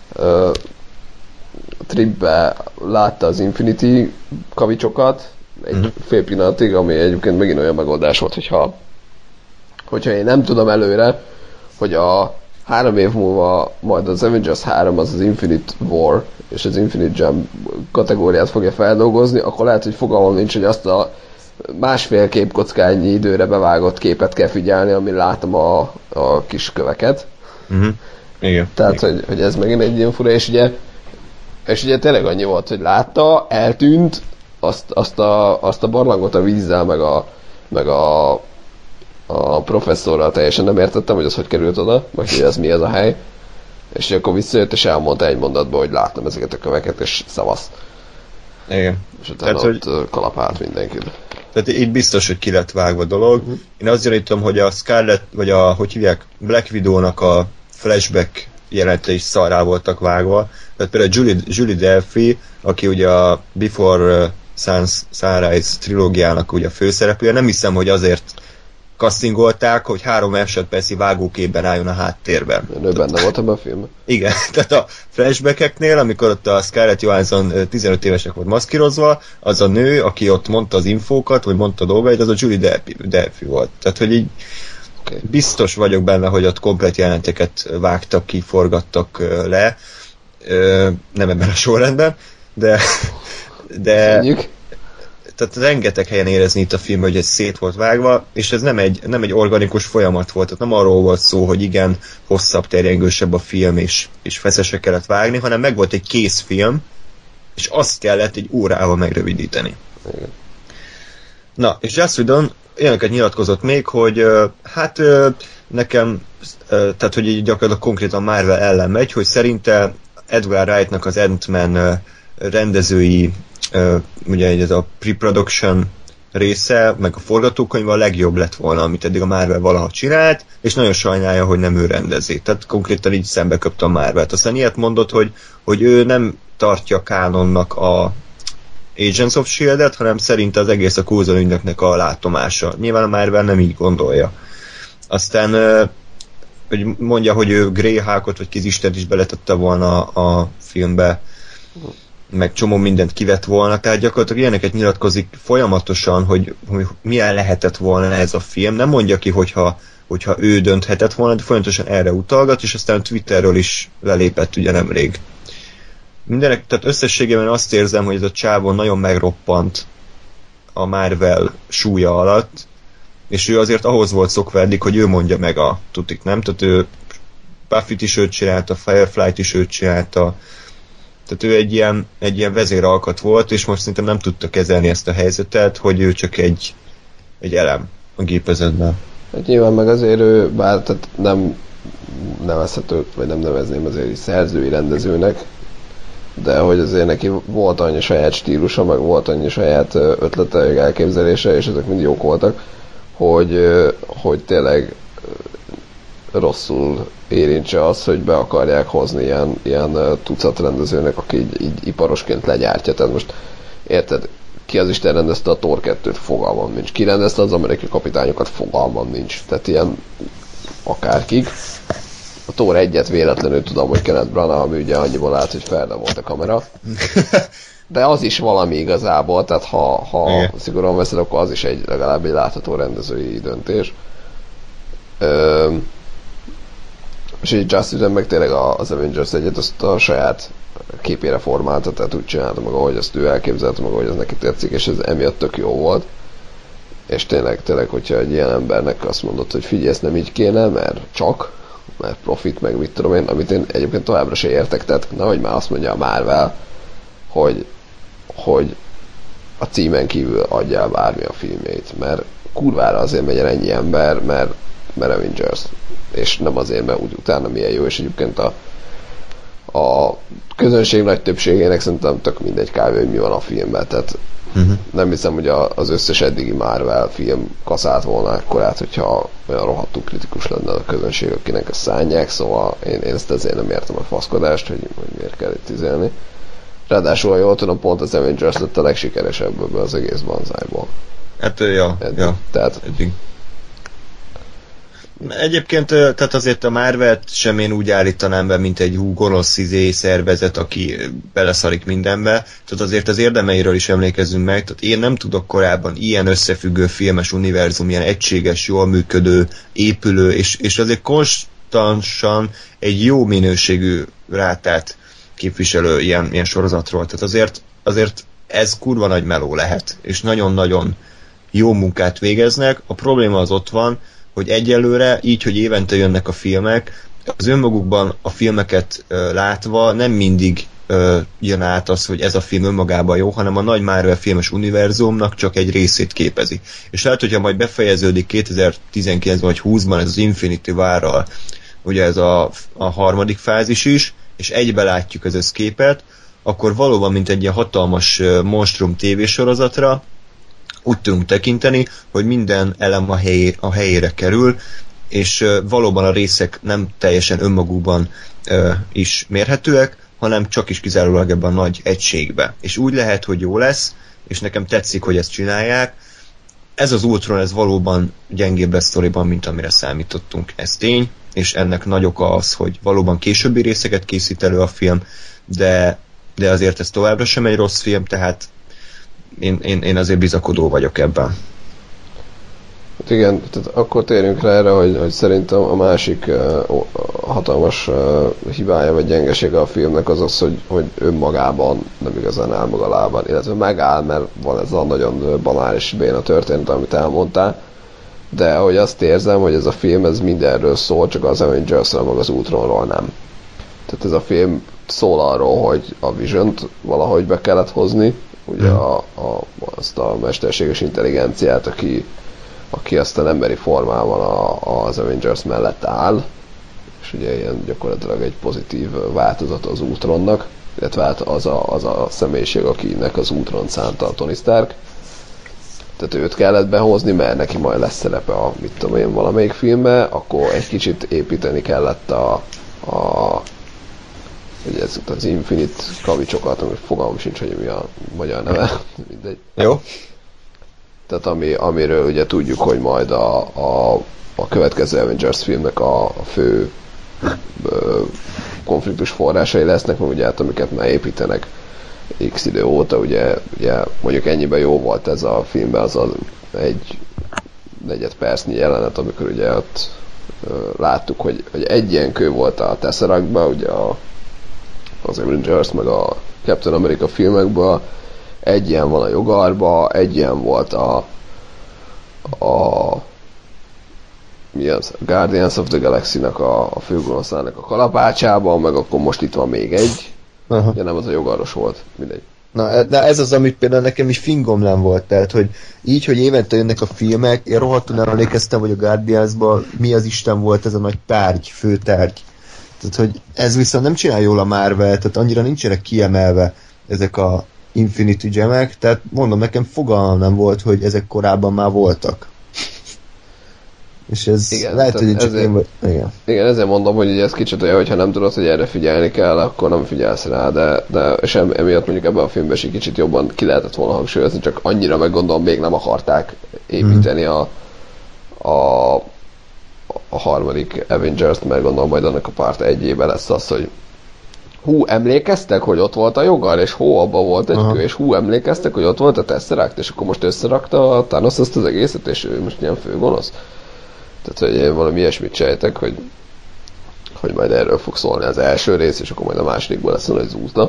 tripbe látta az Infinity kavicsokat egy fél pillanatig, ami egyébként megint olyan megoldás volt, hogyha én nem tudom előre, hogy a 3 év múlva majd az Avengers 3 az Infinite War és az Infinite Gem kategóriát fogja feldolgozni, akkor lehet, hogy fogalmam nincs, hogy azt a másfél képkockányi időre bevágott képet kell figyelni, amin látom a kis köveket. Igen. Tehát, igen. Hogy ez megint egy ilyen fura, és ugye tényleg annyi volt, hogy látta, eltűnt, azt a barlangot a vízzel, meg a professzorral teljesen nem értettem, hogy az hogy került oda, vagy hogy ez mi ez a hely. És akkor visszajött, és elmondta egy mondatban, hogy láttam ezeket a köveket, és szavasz. Igen. És utána tehát, ott kalapált mindenkit. Tehát itt biztos, hogy ki lett vágva a dolog. Én azt gyanítom, hogy a Scarlet, vagy hogy hívják, Black Widow-nak a flashback jelenete is szarrá voltak vágva. Tehát például Julie Delpy, aki ugye a Before Sunrise trilógiának ugye a főszereplője, nem hiszem, hogy azért castingolták, hogy 3 másodperci vágóképben álljon a háttérben. Ő benne volt ebben a filmben. Igen, tehát a flashbackeknél, amikor ott a Scarlett Johansson 15 évesek volt maszkírozva, az a nő, aki ott mondta az infókat, vagy mondta a dolgait, az a Julie Delpy volt. Tehát, hogy így okay. Biztos vagyok benne, hogy ott komplet jelenteket vágtak ki, forgattak le. Nem ebben a sorrendben, de tehát rengeteg helyen érezni itt a film, hogy ez szét volt vágva, és ez nem egy organikus folyamat volt, tehát nem arról volt szó, hogy igen, hosszabb, terjengősebb a film, és feszesre kellett vágni, hanem meg volt egy kész film, és azt kellett egy órával megrövidíteni. Igen. Na, és Joss Whedon ilyeneket nyilatkozott még, hogy nekem, tehát hogy így gyakorlatilag konkrétan Marvel ellen megy, hogy szerinte Edgar Wrightnak az Ant-Man rendezői ugye ez a pre-production része, meg a forgatókönyv a legjobb lett volna, amit eddig a Marvel valaha csinált, és nagyon sajnálja, hogy nem ő rendezi. Tehát konkrétan így szembe köpte a Marvelt. Aztán ilyet mondott, hogy ő nem tartja kánonnak a Agents of S.H.I.E.L.D.-et, hanem szerint az egész a Coulson ügynöknek a látomása. Nyilván a Marvel nem így gondolja. Aztán hogy mondja, hogy ő Greyhawkot vagy Kizistent is beletette volna a filmbe, meg csomó mindent kivett volna, tehát gyakorlatilag ilyeneket nyilatkozik folyamatosan, hogy milyen lehetett volna ez a film. Nem mondja ki, hogyha ő dönthetett volna, de folyamatosan erre utalgat, és aztán Twitterről is lelépett ugye nemrég. Tehát összességében azt érzem, hogy ez a csávon nagyon megroppant a Marvel súlya alatt, és ő azért ahhoz volt szokva eddig, hogy ő mondja meg a tutik, nem? Tehát ő Buffy-t is őt csinálta, Firefly-t is őt csinálta, tehát ő egy ilyen vezéralkat volt, és most szerintem nem tudta kezelni ezt a helyzetet, hogy ő csak egy egy elem a gépezetben. Hát nyilván meg azért ő, bár tehát nem nevezhető, vagy nem nevezném azért szerzői rendezőnek, de hogy azért neki volt annyi saját stílusa, meg volt annyi saját ötlete, elképzelése, és ezek mind jók voltak, hogy tényleg rosszul érintse az, hogy be akarják hozni ilyen tucat rendezőnek, aki így iparosként legyártja. Tehát most érted, ki az Isten rendezte a Thor 2-t? Fogalmam nincs. Ki rendezte az Amerikai Kapitányokat? Fogalmam nincs. Tehát ilyen akárkik. A Thor 1-et véletlenül tudom, hogy Kenneth Branagh, ami ugye annyiból állt, hogy fel volt a kamera. De az is valami igazából, tehát ha szigorúan veszed, akkor az is legalább egy látható rendezői döntés. És így Justice meg tényleg az Avengers 1-et azt a saját képére formálta, tehát úgy csinálta meg, ahogy azt ő elképzelte meg, ahogy az neki tetszik, és ez emiatt tök jó volt. És tényleg, hogyha egy ilyen embernek azt mondod, hogy figyelj, ezt nem így kéne, mert profit, meg mit tudom én, amit én egyébként továbbra se értek, tehát nehogy már azt mondja a Marvel, hogy a címen kívül adjál bármi a filmét, mert kurvára azért megy el ennyi ember, mert Avengers, és nem azért, mert úgy utána milyen jó, és egyébként a közönség nagy többségének szerintem tök mindegy kávé, hogy mi van a filmben, tehát nem hiszem, hogy az összes eddigi Marvel film kaszált volna ekkorát, hogyha olyan rohadtul kritikus lenne a közönség, akinek ezt szánják, szóval én ezt ezért nem értem a faszkodást, hogy miért kell itt izélni. Ráadásul, ha jól tudom, pont az Avengers lett a legsikeresebb ebből az egész banzájból. Hát, ja. Tehát... Egyébként, tehát azért a Marvelt sem én úgy állítanám be, mint egy gonosz szervezet, aki beleszarik mindenbe. Tehát azért az érdemeiről is emlékezzünk meg. Tehát én nem tudok korábban ilyen összefüggő filmes univerzum, ilyen egységes, jól működő, épülő, és azért konstansan egy jó minőségű rátát képviselő ilyen sorozatról. Tehát azért ez kurva nagy meló lehet, és nagyon-nagyon jó munkát végeznek. A probléma az ott van, hogy egyelőre, így, hogy évente jönnek a filmek, az önmagukban a filmeket látva nem mindig jön át az, hogy ez a film önmagában jó, hanem a nagy Marvel filmes univerzumnak csak egy részét képezi. És lehet, hogyha majd befejeződik 2019 vagy 20-ban ez az Infinity War-ral, ugye ez a harmadik fázis is, és egybe látjuk az összképet, akkor valóban, mint egy ilyen hatalmas monstrum tévésorozatra, úgy tudunk tekinteni, hogy minden elem a helyére kerül, és valóban a részek nem teljesen önmagukban is mérhetőek, hanem csak is kizárólag ebben a nagy egységbe. És úgy lehet, hogy jó lesz, és nekem tetszik, hogy ezt csinálják. Ez az Ultron, ez valóban gyengébb lesz sztoriban, mint amire számítottunk. Ez tény, és ennek nagy oka az, hogy valóban későbbi részeket készít elő a film, de azért ez továbbra sem egy rossz film, tehát én azért bizakodó vagyok ebben. Hát igen, tehát akkor térjünk rá erre, hogy szerintem a másik hatalmas hibája vagy gyengesége a filmnek az, hogy önmagában nem igazán áll maga lábán, illetve megáll, mert van ez a nagyon banális béna történet, amit elmondtál, de hogy azt érzem, hogy ez a film ez mindenről szól, csak az Avengers-ről, meg az Ultronról nem. Tehát ez a film szól arról, hogy a Vision-t valahogy be kellett hozni, ugye azt a mesterséges intelligenciát, aki aztán emberi formában az Avengers mellett áll, és ugye ilyen gyakorlatilag egy pozitív változat az Ultronnak, illetve hát az a személyiség, akinek az Ultron szánta a Tony Stark. Tehát őt kellett behozni, mert neki majd lesz szerepe a, mit tudom én, valamelyik filmbe, akkor egy kicsit építeni kellett ugye az Infinite kavicsokat, ami fogalmam sincs, hogy mi a magyar neve, mindegy. Jó. Tehát amiről ugye tudjuk, hogy majd a következő Avengers filmnek a fő konfliktus forrásai lesznek, mert ugye hát amiket már építenek X idő óta, ugye mondjuk ennyiben jó volt ez a filmben, az egy negyed percnyi jelenet, amikor ugye ott láttuk, hogy egy ilyen kő volt a Tesseractban, ugye az Avengers meg a Captain America filmekből, egy ilyen van a Jogarba, egy ilyen volt a mi az? Guardians of the Galaxy-nak a főgonoszának a kalapácsában, meg akkor most itt van még egy. Ugye nem az a Jogaros volt, mindegy. Na, de ez az, amit például nekem is fingom nem volt, tehát, hogy így, hogy évente jönnek a filmek, én rohadtul nem emlékeztem, hogy a Guardiansban mi az Isten volt ez a nagy tárgy, főtárgy. Tehát, hogy ez viszont nem csinál jól a Marvel, tehát annyira nincsenek kiemelve ezek a Infinity Gemek, tehát mondom, nekem fogalmam nem volt, hogy ezek korábban már voltak. És ez igen, lehet, hogy csak én vagy... Igen, ezért mondom, hogy ez kicsit olyan, hogyha nem tudod, hogy erre figyelni kell, akkor nem figyelsz rá, de sem emiatt mondjuk ebben a filmben is kicsit jobban ki lehetett volna hangsúlyozni, csak annyira meg gondolom még nem akarták építeni a harmadik Avengers-t, mert gondolom majd annak a part 1-ében lesz az, hogy emlékeztek, hogy ott volt a Jogar, és abban volt egy kő, és emlékeztek, hogy ott volt a Tesseract, és akkor most összerakta a Thanos azt az egészet, és ő most ilyen főgonosz. Tehát, hogy valami ilyesmit sejtek, hogy majd erről fog szólni az első rész, és akkor majd a másodikból lesz egy zúzna.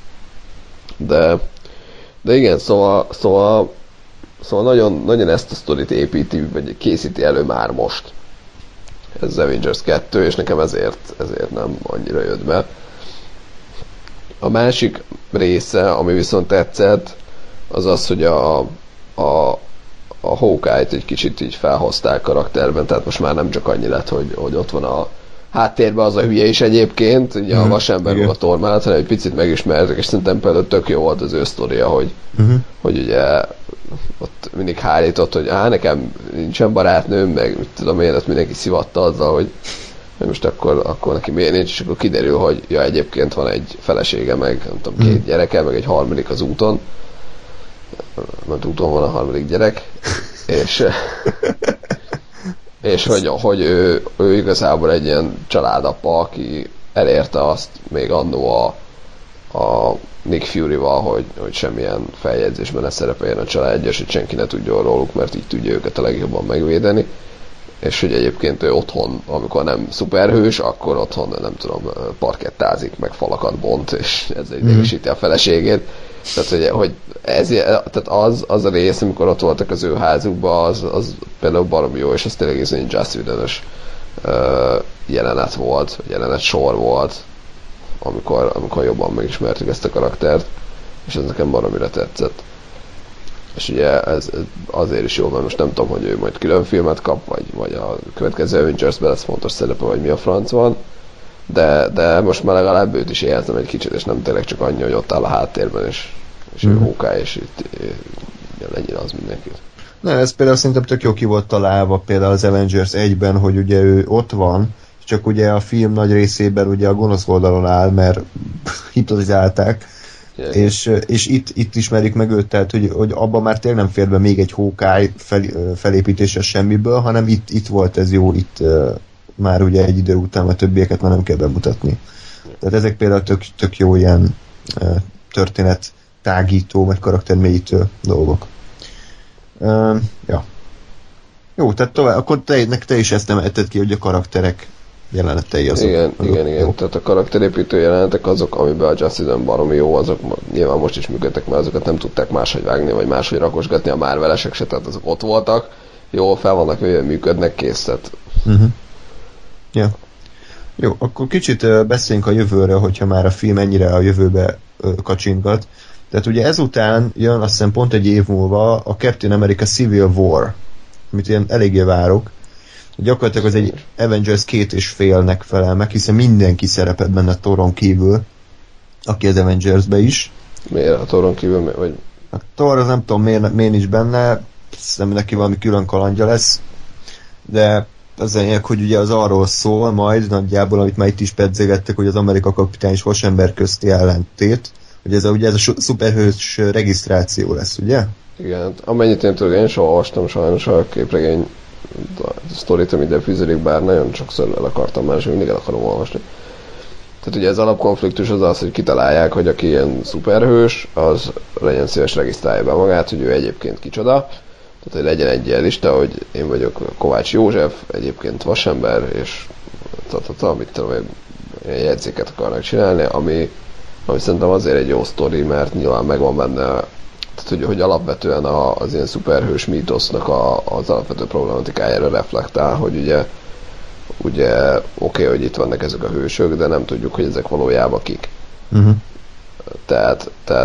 De igen, szóval nagyon, nagyon ezt a sztorit építi, vagy készíti elő már most. Ez az Avengers 2, és nekem ezért nem annyira jött be. A másik része, ami viszont tetszett, az az, hogy a Hawkeye-t egy kicsit így felhozták karakterben, tehát most már nem csak annyi lett, hogy ott van a háttérben az a hülye is egyébként, ugye a vasember a Thor mellett, hanem egy picit megismertek, és szerintem például tök jó volt az ő sztoria, hogy ugye ott mindig hárított, hogy nekem nincsen barátnőm, meg mit tudom én, mindenki szivatta azzal, hogy most akkor neki miért nincs, és akkor kiderül, hogy egyébként van egy felesége, meg nem tudom, 2 gyereke, meg egy harmadik az úton, mert úton van a harmadik gyerek, és hogy ő igazából egy ilyen családapa, aki elérte azt még annó a Nick Fury-val, hogy semmilyen feljegyzésben ne szerepeljen a családja, és hogy senki ne tudjon róluk, mert így tudja őket a legjobban megvédeni. És hogy egyébként ő otthon, amikor nem szuperhős, akkor otthon, nem tudom, parkettázik, meg falakat bont, és ezzel idegesíti a feleségét. Tehát, hogy tehát az a rész, amikor ott voltak az ő házukban, az például baromi jó, és az tényleg egy Joss Whedon-ös jelenet volt, vagy jelenet sor volt, amikor jobban megismertük ezt a karaktert, és ez nekem baromira tetszett. És ugye ez azért is jó, mert most nem tudom, hogy ő majd külön filmet kap, vagy a következő Avengers-ben lesz fontos szerepe, vagy mi a franc van, de most már legalább őt is érzem egy kicsit, és nem tényleg csak annyi, hogy ott áll a háttérben, és ő Hawkeye, és itt legyen az mindenkit. Na, ez például szerintem tök jó ki volt találva például az Avengers 1-ben, hogy ugye ő ott van, csak ugye a film nagy részében ugye a gonosz oldalon áll, mert hipnotizálták, és itt ismerik meg őt, tehát hogy abban már tényleg nem fér be még egy Hawkeye felépítése semmiből, hanem itt volt ez jó, itt már ugye egy idő után a többieket már nem kell bemutatni. Tehát ezek például tök jó ilyen történet tágító, vagy karaktermélyítő dolgok. Ja. Jó, tehát tovább, akkor te is ezt emelted ki, hogy a karakterek jelenetei azok. Igen. Tehát a karakterépítő jelenetek azok, amiben a Joss Whedon baromi jó, azok nyilván most is működtek, mert azokat nem tudták máshogy vágni, vagy máshogy rakosgatni, a Marvelesek se, tehát azok ott voltak, jól fel vannak, működnek, készet. Ja. Jó, akkor kicsit beszéljünk a jövőre, hogyha már a film ennyire a jövőbe kacsintgat. Tehát ugye ezután jön azt hiszem pont egy év múlva a Captain America Civil War, amit én eléggé várok. Gyakorlatilag az egy Avengers 2,5-nek felel meg, hiszen mindenki szerepet benne Thoron kívül, aki az Avengers-be is. Miért a Thoron kívül? Vagy... A Thor az nem tudom miért nincs benne, hiszem neki valami külön kalandja lesz, de az lényeg, hogy ugye az arról szól majd nagyjából, amit már itt is pedzegettek, hogy az Amerika kapitány és vasember közti ellentét, hogy ez a szuperhős regisztráció lesz, ugye? Igen, amennyit én tudok, én soha olvastam sajnos a képregény sztorit, amit ide fűződik, bár nagyon sokszor el akartam már, és mindig el akarom olvasni. Tehát ugye az alapkonfliktus az, hogy kitalálják, hogy aki ilyen szuperhős, az legyen szíves regisztrálja be magát, hogy ő egyébként kicsoda. Tehát, hogy legyen egy ilyen lista, hogy én vagyok Kovács József, egyébként vasember, és mit tudom, ilyen jegyzéket akarnak csinálni, ami szerintem azért egy jó sztori, mert nyilván megvan benne, tehát, hogy alapvetően az ilyen szuperhős mítosznak az alapvető problematikájára reflektál, hogy ugye oké, hogy itt vannak ezek a hősök, de nem tudjuk, hogy ezek valójában kik. Tehát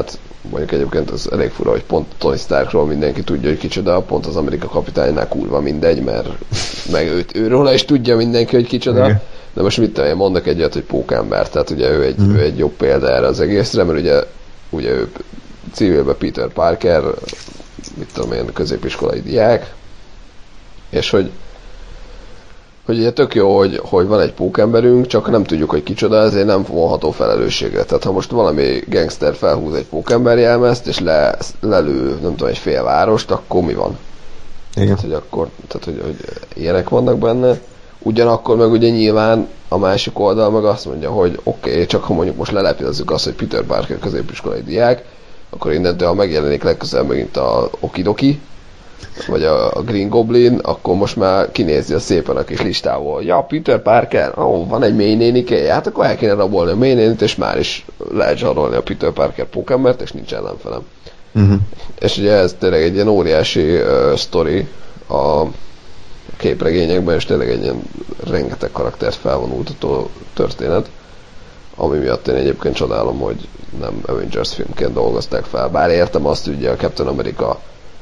mondjuk egyébként az elég fura, hogy pont Tony Starkról mindenki tudja, hogy kicsoda, pont az Amerika kapitánynál kurva mindegy, mert meg őróla is tudja mindenki, hogy kicsoda. Igen. De most mit tudom, én mondok egyet, hogy pókember, tehát ugye ő egy jobb példa erre az egészre, mert ugye ő civilben Peter Parker, mit tudom én, középiskolai diák, és hogy ugye tök jó, hogy van egy pókemberünk, csak nem tudjuk, hogy kicsoda, ezért nem vonható felelősségre. Tehát ha most valami gangster felhúz egy pókember jelmezt, és lelő, nem tudom, egy fél várost, akkor mi van? Igen. Tehát, hogy ilyenek vannak benne. Ugyanakkor meg ugye nyilván a másik oldal meg azt mondja, hogy oké, csak ha mondjuk most leleplőzzük azt, hogy Peter Parker középiskolai diák, akkor innentől, ha megjelenik legközelebb megint a Okidoki, vagy a Green Goblin, akkor most már kinézi a szépen a kis listából. Ja, Peter Parker, van egy mélynéniké, hát akkor el kéne rabolni a mélynénit, és már is lehet zsarolni a Peter Parker pókembert, és nincs ellenfelem. És ugye ez tényleg egy ilyen óriási sztori a képregényekben, és tényleg egy ilyen rengeteg karaktert felvonultató történet, ami miatt én egyébként csodálom, hogy nem Avengers filmként dolgozták fel. Bár értem azt, ugye a Captain America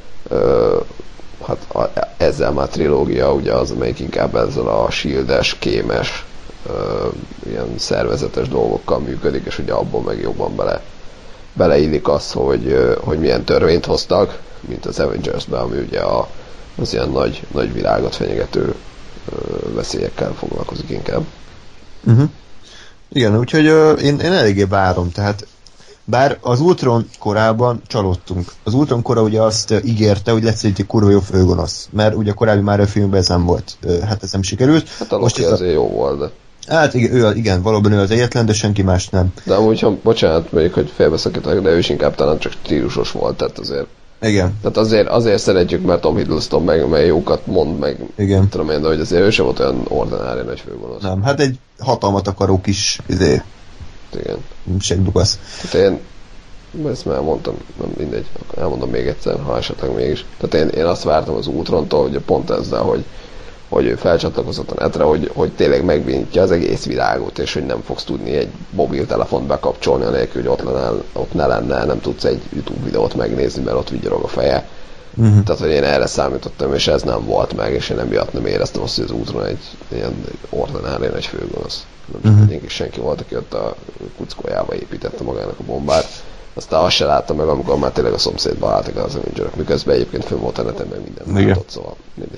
ezzel már trilógia, ugye az, amelyik inkább ezzel a shield-es, kémes, ilyen szervezetes dolgokkal működik, és ugye abból meg jobban beleillik az, hogy milyen törvényt hoztak, mint az Avengers-ben, ami ugye az ilyen nagy világot fenyegető veszélyekkel foglalkozik inkább. Igen, úgyhogy én eléggé várom, tehát bár az Ultron korában csalódtunk. Az Ultron kora ugye azt ígérte, hogy lesz egy kurva jó főgonosz, mert ugye a korábbi Marvel filmben ez nem volt. Hát ez nem sikerült. Hát a Loki azért jó volt, de... Hát igen, valóban ő az egyetlen, de senki más nem. De amúgy, bocsánat, még hogy félbeszakítok, de ő is inkább talán csak stílusos volt, tehát azért... Igen. Tehát azért szeretjük, mert Tom Hiddleston meg jókat mond, meg igen. Tudom én, de hogy azért ő sem volt olyan ordinári nagy főgonosz. Nem, hát egy hatalmat akaró kis igen. Segdugasz. Tehát ezt már elmondtam, nem mindegy, elmondom még egyszer, ha esetleg mégis. Tehát én azt vártam az Ultrontól, hogy pont ezzel, hogy ő felcsatlakozott a netre, hogy tényleg megvinítja az egész világot, és hogy nem fogsz tudni egy mobiltelefont bekapcsolni, anélkül, hogy ott ne lenne, nem tudsz egy YouTube videót megnézni, mert ott vigyorog a feje. Tehát, hogy én erre számítottam, és ez nem volt meg, és én emiatt nem éreztem azt, hogy az Ultron egy ilyen ordinári nagy főgonosz. Nem csak senki volt, aki ott a kuckójába építette magának a bombát. Aztán azt se láttam meg, amikor már tényleg a szomszédba álltak az Avengerek, miközben egyébként fönn volt a neten, meg minden látott, szóval mindig.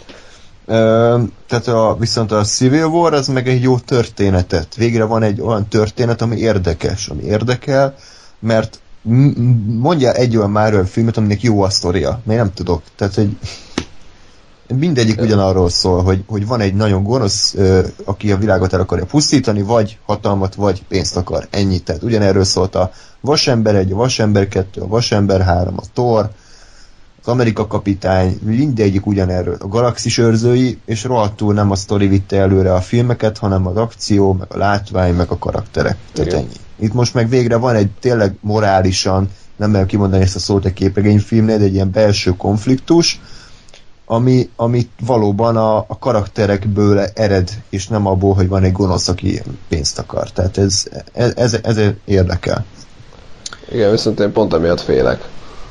Tehát viszont a Civil War az meg egy jó történetet. Végre van egy olyan történet, ami érdekes, ami érdekel, mert mondja egy olyan Marvel filmet, aminek jó a sztoria. Még nem tudok. Tehát, hogy mindegyik ugyanarról szól, hogy van egy nagyon gonosz, aki a világot el akarja pusztítani, vagy hatalmat, vagy pénzt akar. Ennyit. Tehát ugyanerről szólt a Vasember 1, a Vasember 2, a Vasember 3, a Thor, az Amerika kapitány, mindegyik ugyanerről. A Galaxis őrzői, és rohadtul nem a sztori vitte előre a filmeket, hanem az akció, meg a látvány, meg a karakterek. Tehát ennyi. Itt most meg végre van egy tényleg morálisan, nem merem kimondani ezt a szót egy képregényfilmnél, de egy ilyen belső konfliktus, ami valóban a karakterekből ered, és nem abból, hogy van egy gonosz, aki pénzt akar. Tehát ez érdekel. Igen, viszont én pont emiatt félek.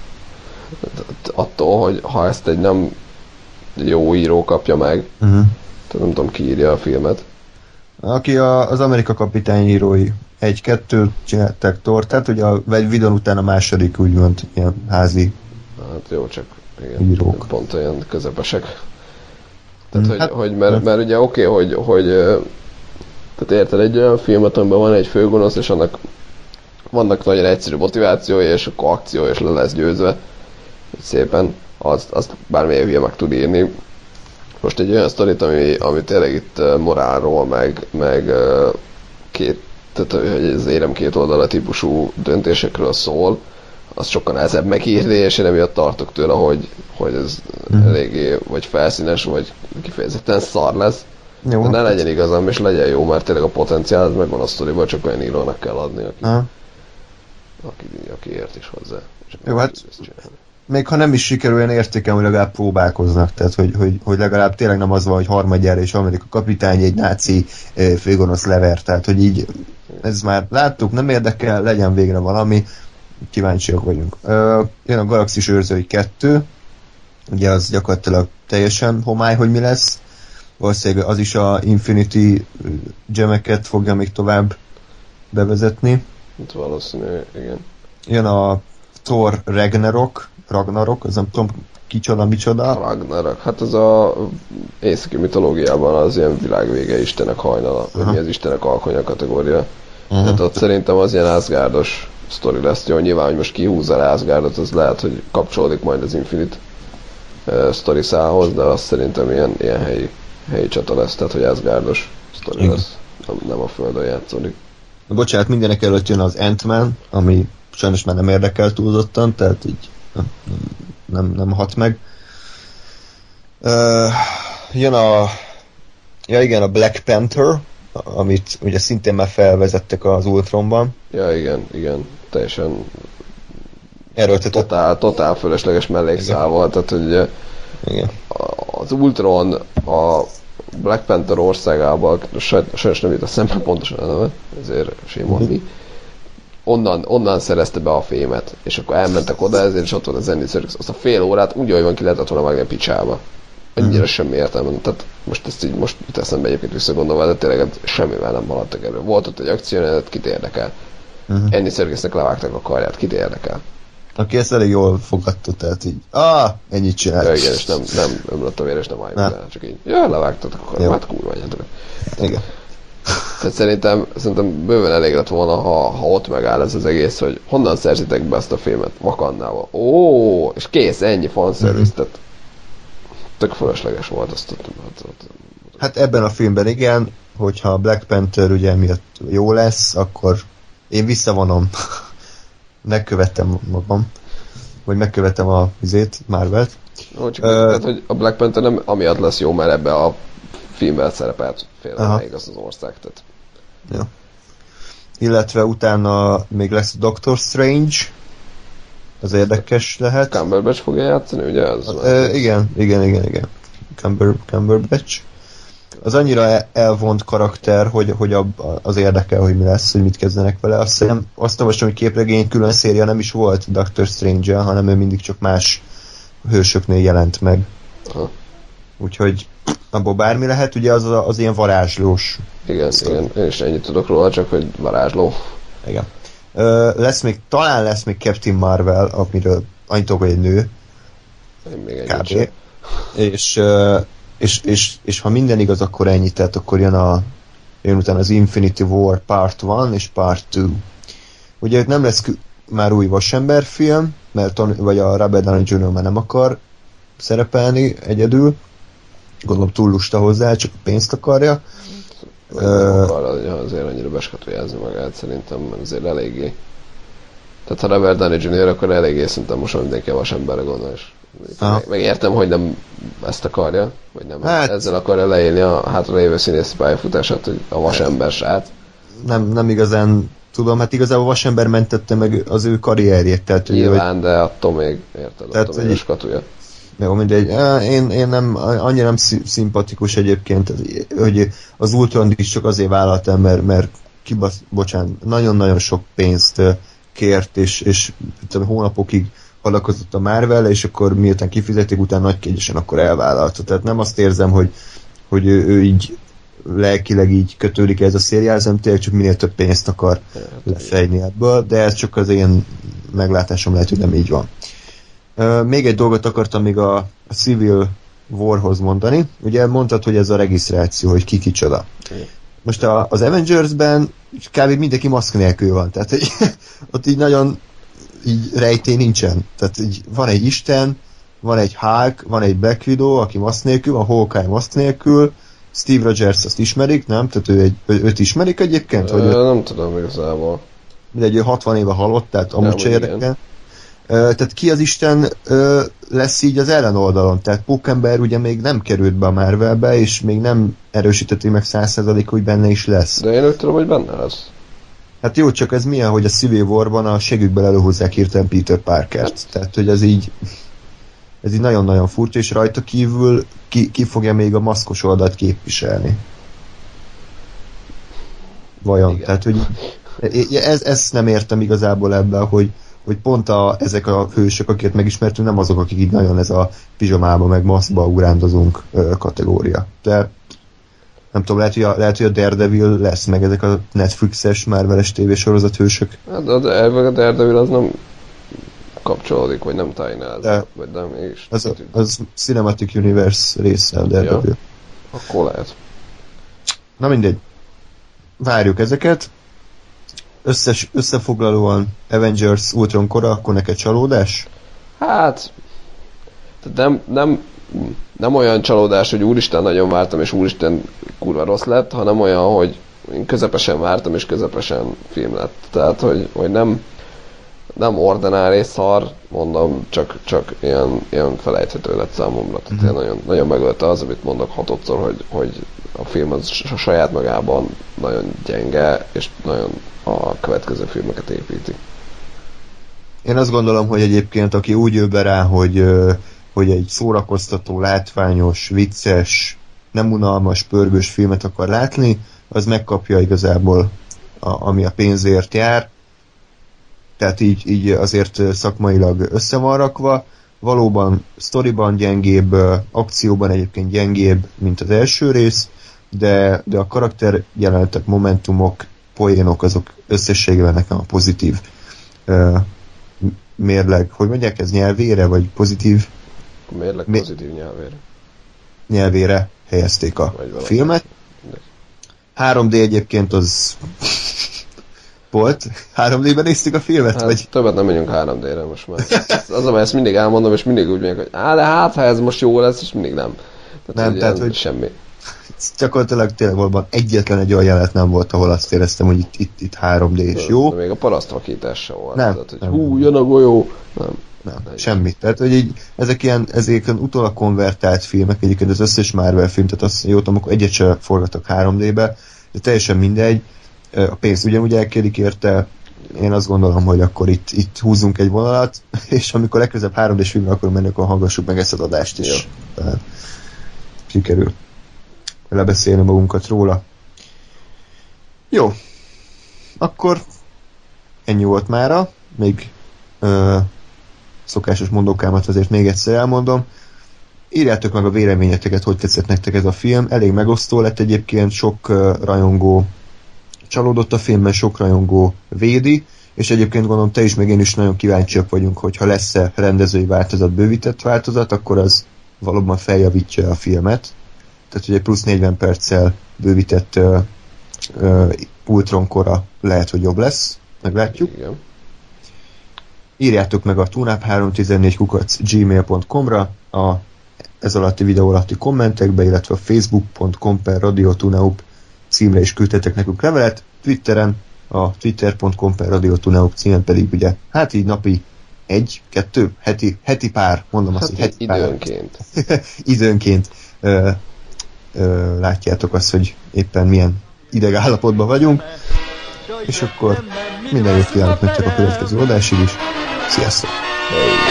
Attól, hogy ha ezt egy nem jó író kapja meg, tehát nem tudom, ki írja a filmet. Aki az Amerika kapitány írói. 1-2 csinálták Thor, tehát ugye a videón után a második úgymond ilyen házi hát jó, csak igen, írók. Pont olyan közepesek. Tehát, mert ugye oké, hogy tehát érted egy olyan filmet, amiben van egy főgonosz, és annak vannak nagyon egyszerű motivációja, és akkor akció, és le lesz győzve. Szépen, azt bármilyen hülye meg tud írni. Most egy olyan sztorit, ami tényleg itt morálról, meg tehát az érem két oldala típusú döntésekről szól, az sokkal nehezebb megírni, és én emiatt tartok tőle, hogy ez eléggé vagy felszínes, vagy kifejezetten szar lesz. Jó, de ne legyen igazam, és legyen jó, mert tényleg a potenciál az megvan a sztoriban, csak olyan írónak kell adni, aki ért is hozzá. Jó, hát még ha nem is sikerül, olyan értéken, hogy legalább próbálkoznak, tehát hogy legalább tényleg nem az van, hogy harmadjára és Amerika kapitány egy náci főgonosz lever, tehát hogy így ez már láttuk, nem érdekel, legyen végre valami, kíváncsiak vagyunk. Jön a Galaxis őrzői 2, ugye az gyakorlatilag teljesen homály, hogy mi lesz. Valószínűleg az is a Infinity gemeket fogja még tovább bevezetni. Itt valószínű, igen. Jön a Thor Ragnarok, az nem tudom micsoda. Ragnarok, hát ez a északi mitológiában az ilyen világvége istenek hajnala, vagy mi az istenek alkonya kategória. Tehát ott szerintem az ilyen Asgardos sztori lesz. Jó, nyilván, hogy most kihúzza le Asgardot, az lehet, hogy kapcsolódik majd az Infinite sztori szálhoz, de azt szerintem ilyen helyi csata lesz, tehát hogy Asgardos sztori lesz, nem a Földön játszódik. Bocsánat, mindenek előtt jön az Ant-Man, ami sajnos már nem érdekel túlzottan, tehát így nem hat meg. Jön a Black Panther, amit ugye szintén már felvezettek az Ultronban. Ja, igen, teljesen Erőltetett. Totál fölösleges mellékszál volt, tehát hogy igen. Az Ultron a Black Panther országában, sajnos nem jut a szembe pontosan a neve, ezért sémolni. Onnan szerezte be a fémet, és akkor elmentek oda, ezért is ott volt az Andy Serkis. Azt a fél órát úgy, ahogy van, ki lehetett volna vágni a picsába. Annyira semmi értelme. Tehát most jut eszembe egyébként visszagondolva, de tényleg semmivel nem haladtak erről. Volt ott egy akciójelenet, kit érdekel. Andy Serkisnek levágták a karját, kit érdekel. Aki ezt elég jól fogadta, tehát így, ennyit csinált. Ja, igen, és nem ömlött a vér, és nem állj meg, csak így, levágtad a karját, hát kurva anyátok. Igen. Tehát szerintem bőven elég lett volna, ha ott megáll ez az egész, hogy honnan szerzitek be ezt a filmet Wakandával. És kész, ennyi fanservice, tehát tök fölösleges volt azt. Hát ebben a filmben igen, hogyha Black Panther ugye miatt jó lesz, akkor én visszavonom. Megkövettem magam. Vagy megkövettem a Marvelt. Tehát, hogy a Black Panther nem amiatt lesz jó, mert ebbe a filmben szerepelt félre az ország. Tehát. Ja. Illetve utána még lesz Doctor Strange. Az érdekes lehet. Cumberbatch fogja játszani, ugye? Igen. Cumberbatch. Az annyira elvont karakter, hogy az érdekel, hogy mi lesz, hogy mit kezdenek vele. Azt olvastam, hogy képregény külön széria nem is volt Doctor Strange-el, hanem ő mindig csak más hősöknél jelent meg. Aha. Úgyhogy abból bármi lehet, ugye az ilyen varázslós. Igen, én is ennyit tudok róla, csak hogy varázsló. Igen. Talán lesz még Captain Marvel, amiről annyit tudok, hogy egy nő. Én még ennyit. És ha minden igaz, akkor ennyi, tehát akkor jön utána az Infinity War Part 1 és Part 2. Ugye nem lesz már új Vasember film, vagy a Robert Downey Jr. már nem akar szerepelni egyedül. Gondolom túl lusta hozzá, csak a pénzt akarja. Nem akar azért annyira beskatujázni magát, szerintem azért eléggé. Tehát ha Robert Downey Jr. akkor eléggé szerintem most mindenki a Vasemberre gondol, és megértem, hogy nem ezt akarja, vagy nem ezzel akarja leélni a hátralévő színészi pályafutását, hogy a Vasember srác. Nem igazán tudom, hát igazából Vasember mentette meg az ő karrierjét. Tehát, nyilván, de attól még, érted, attól még skatuja. Jó, mindegy. Én nem, annyira nem szimpatikus egyébként, hogy az Ultron is csak azért vállaltam, mert nagyon-nagyon sok pénzt kért, és hónapokig halakozott a Marvel, és akkor miután kifizetik, utána nagykényesen akkor elvállalta. Tehát nem azt érzem, hogy ő így lelkileg így kötődik ez a szériához, hanem tényleg csak minél több pénzt akar lefejni ebből, de ez csak az én meglátásom lehet, hogy nem így van. Még egy dolgot akartam még a Civil Warhoz mondani. Ugye mondtad, hogy ez a regisztráció, hogy ki kicsoda. Most az Avengers-ben kb. Mindenki maszk nélkül van. Tehát ott így nagyon így rejtély nincsen. Tehát így van egy Isten, van egy Hulk, van egy Black Widow, aki maszk nélkül, van Hawkeye maszk nélkül, Steve Rogers azt ismerik, nem? Tehát őt ismerik egyébként? Nem tudom igazából. Mindegy, ő 60 éve halott, tehát amúgy se érdekel. Tehát ki az Isten lesz így az ellenoldalon? Tehát Pókember ugye még nem került be a Marvelbe, és még nem erősíteti meg 100%, hogy benne is lesz. De én úgy tudom, hogy benne lesz. Hát jó, csak ez milyen, hogy a Civil War-ban a segükből előhozzák hirtelen Peter Parkert. Tehát, hogy ez így nagyon-nagyon furcsa, és rajta kívül ki fogja még a maszkos oldalt képviselni. Vajon? Igen. Tehát, hogy ezt nem értem igazából ebben, hogy pont ezek a hősök, akiket megismertünk, nem azok, akik így nagyon ez a pizsamába, meg maszkba ugrándozunk kategória. De nem tudom, lehet, hogy a Daredevil lesz, meg ezek a Netflixes, Marvel-es tévésorozat hősök. Hát a Daredevil az nem kapcsolódik, vagy nem tájna el, vagy nem mégis. Az Cinematic Universe része a Daredevil. Ja, akkor lehet. Na mindegy. Várjuk ezeket. Összefoglalóan Avengers Ultron kora, akkor neked csalódás? Hát nem olyan csalódás, hogy úristen nagyon vártam, és úristen kurva rossz lett, hanem olyan, hogy én közepesen vártam, és közepesen film lett. Tehát, hogy nem ordinári szar, mondom, csak ilyen felejthető lett számomra. Tehát nagyon, nagyon megölte az, amit mondok hatodszor, hogy a film az saját magában nagyon gyenge, és nagyon a következő filmeket építi. Én azt gondolom, hogy egyébként aki úgy jön be rá, hogy egy szórakoztató, látványos, vicces, nem unalmas, pörgős filmet akar látni, az megkapja igazából, ami a pénzért jár. Tehát így azért szakmailag össze van rakva. Valóban sztoriban gyengébb, akcióban egyébként gyengébb, mint az első rész, de a karakter jelenetek, momentumok, poénok, azok összességében nekem a pozitív mérleg. Hogy mondják, ez nyelvére, vagy pozitív? A mérleg pozitív nyelvére. Nyelvére helyezték a filmet. 3D egyébként az volt. 3D-ben néztük a filmet? Hát, vagy? Többet nem megyünk 3D-re most már. Az, ezt mindig elmondom, és mindig úgy megyek, hogy de hát, ha ez most jó lesz, és mindig nem. Tehát, hogy semmi. Gyakorlatilag tényleg valóban egyetlen egy olyan jelenet nem volt, ahol azt éreztem, hogy itt 3D és jó. De még a parasztvakítás sem volt. Nem. Tehát, hogy jön a golyó. Nem, semmit. Tehát, hogy így, ezek ilyen utólag konvertált filmek, egyébként az összes Marvel film, tehát azt jót, amikor egyet sem forgatok 3D-be, de teljesen mindegy. A pénzt ugyanúgy elkérik érte, én azt gondolom, hogy akkor itt húzzunk egy vonalat, és amikor legközelebb 3D-s filmre akkor menni, akkor hallgassuk meg ezt az adást is. Tehát sikerül lebeszélni magunkat róla. Jó. Akkor ennyi volt mára. Még szokásos mondókámat azért még egyszer elmondom. Írjátok meg a véleményeteket, hogy tetszett nektek ez a film. Elég megosztó lett egyébként, sok rajongó csalódott a filmben, sok rajongó védi, és egyébként gondolom te is, meg én is nagyon kíváncsiak vagyunk, hogyha lesz-e rendezői változat, bővített változat, akkor az valóban feljavítja a filmet. Tehát ugye plusz 40 perccel bővített Ultron kora lehet, hogy jobb lesz. Meglátjuk. Igen. Írjátok meg a tunap314@gmail.com-ra ez alatti videó alatti kommentekbe, illetve a facebook.com/radiotunaup címre is küldtetek nekünk levelet. Twitteren a twitter.com/radiotunaup címen pedig ugye, hát így napi 1-2 heti pár, mondom azt, hogy heti időnként. Pár. Időnként látjátok azt, hogy éppen milyen idegállapotban vagyunk, és akkor minden jót kívánok nektek a következő adásig is. Sziasztok! Hey.